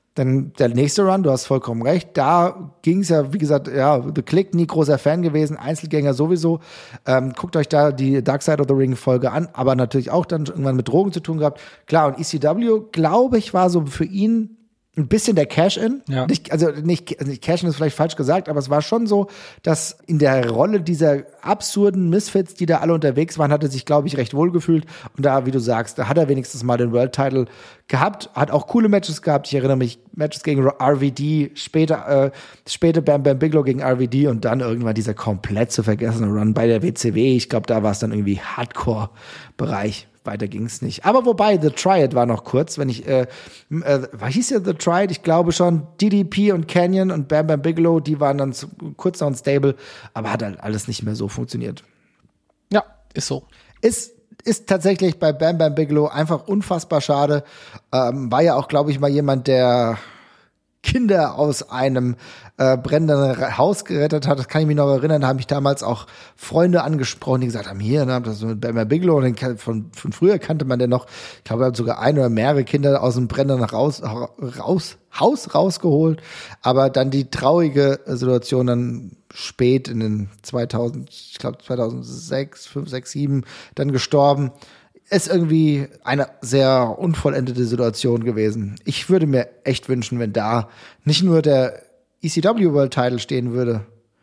Dann der nächste Run, du hast vollkommen recht, da ging es ja, wie gesagt, ja, The Click, nie großer Fan gewesen, Einzelgänger sowieso. Ähm, guckt euch da die Dark Side of the Ring Folge an, aber natürlich auch dann irgendwann mit Drogen zu tun gehabt. Klar, und E C W, glaube ich, war so für ihn ein bisschen der Cash-In. Ja. Nicht, also nicht, also nicht Cash-In ist vielleicht falsch gesagt, aber es war schon so, dass in der Rolle dieser absurden Misfits, die da alle unterwegs waren, hat er sich, glaube ich, recht wohl gefühlt. Und da, wie du sagst, da hat er wenigstens mal den World-Title gehabt, hat auch coole Matches gehabt. Ich erinnere mich, Matches gegen R V D, später, äh, später Bam Bam Bigelow gegen R V D und dann irgendwann dieser komplett zu vergessene Run bei der W C W. Ich glaube, da war es dann irgendwie Hardcore-Bereich. Weiter ging's nicht. Aber wobei, The Triad war noch kurz, wenn ich, äh, äh, was hieß ja The Triad? Ich glaube schon, D D P und Canyon und Bam Bam Bigelow, die waren dann zu, kurz noch unstable, aber hat halt alles nicht mehr so funktioniert. Ja, ist so. Ist, ist tatsächlich bei Bam Bam Bigelow einfach unfassbar schade. Ähm, war ja auch, glaube ich, mal jemand, der Kinder aus einem äh, brennenden Haus gerettet hat. Das kann ich mich noch erinnern. Da haben mich damals auch Freunde angesprochen, die gesagt haben, hier, ne, das ist mit Bam Bam Bigelow. Und den, von, von früher kannte man den noch. Ich glaube, er hat sogar ein oder mehrere Kinder aus dem brennenden raus, raus, Haus rausgeholt. Aber dann die traurige Situation dann spät in den zweitausend, ich glaube zweitausendsechs, fünf, sechs, sieben dann gestorben. Ist irgendwie eine sehr unvollendete Situation gewesen. Ich würde mir echt wünschen, wenn da nicht nur der E C W World Title stehen würde,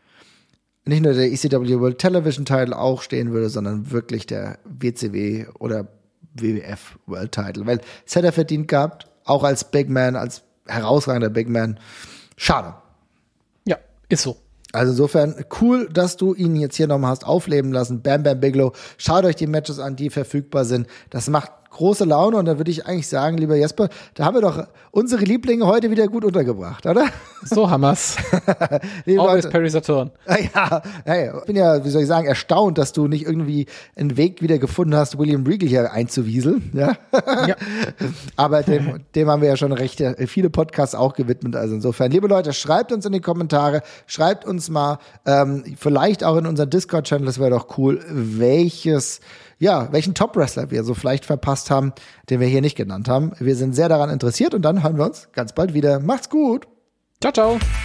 nicht nur der E C W World Television Title auch stehen würde, sondern wirklich der W C W oder W W F World Title. Weil es hätte er verdient gehabt, auch als Big Man, als herausragender Big Man. Schade. Ja, ist so. Also insofern cool, dass du ihn jetzt hier nochmal hast aufleben lassen. Bam Bam Bigelow. Schaut euch die Matches an, die verfügbar sind. Das macht große Laune und da würde ich eigentlich sagen, lieber Jesper, da haben wir doch unsere Lieblinge heute wieder gut untergebracht, oder? So Hammers. Always Perry Saturn. Ja, hey, ich bin ja, wie soll ich sagen, erstaunt, dass du nicht irgendwie einen Weg wieder gefunden hast, William Regal hier einzuwieseln. Ja. ja. Aber dem, dem haben wir ja schon recht viele Podcasts auch gewidmet. Also insofern, liebe Leute, schreibt uns in die Kommentare, schreibt uns mal, ähm, vielleicht auch in unseren Discord-Channel, das wäre doch cool, welches ja, welchen Top-Wrestler wir so vielleicht verpasst haben, den wir hier nicht genannt haben. Wir sind sehr daran interessiert und dann hören wir uns ganz bald wieder. Macht's gut. Ciao, ciao.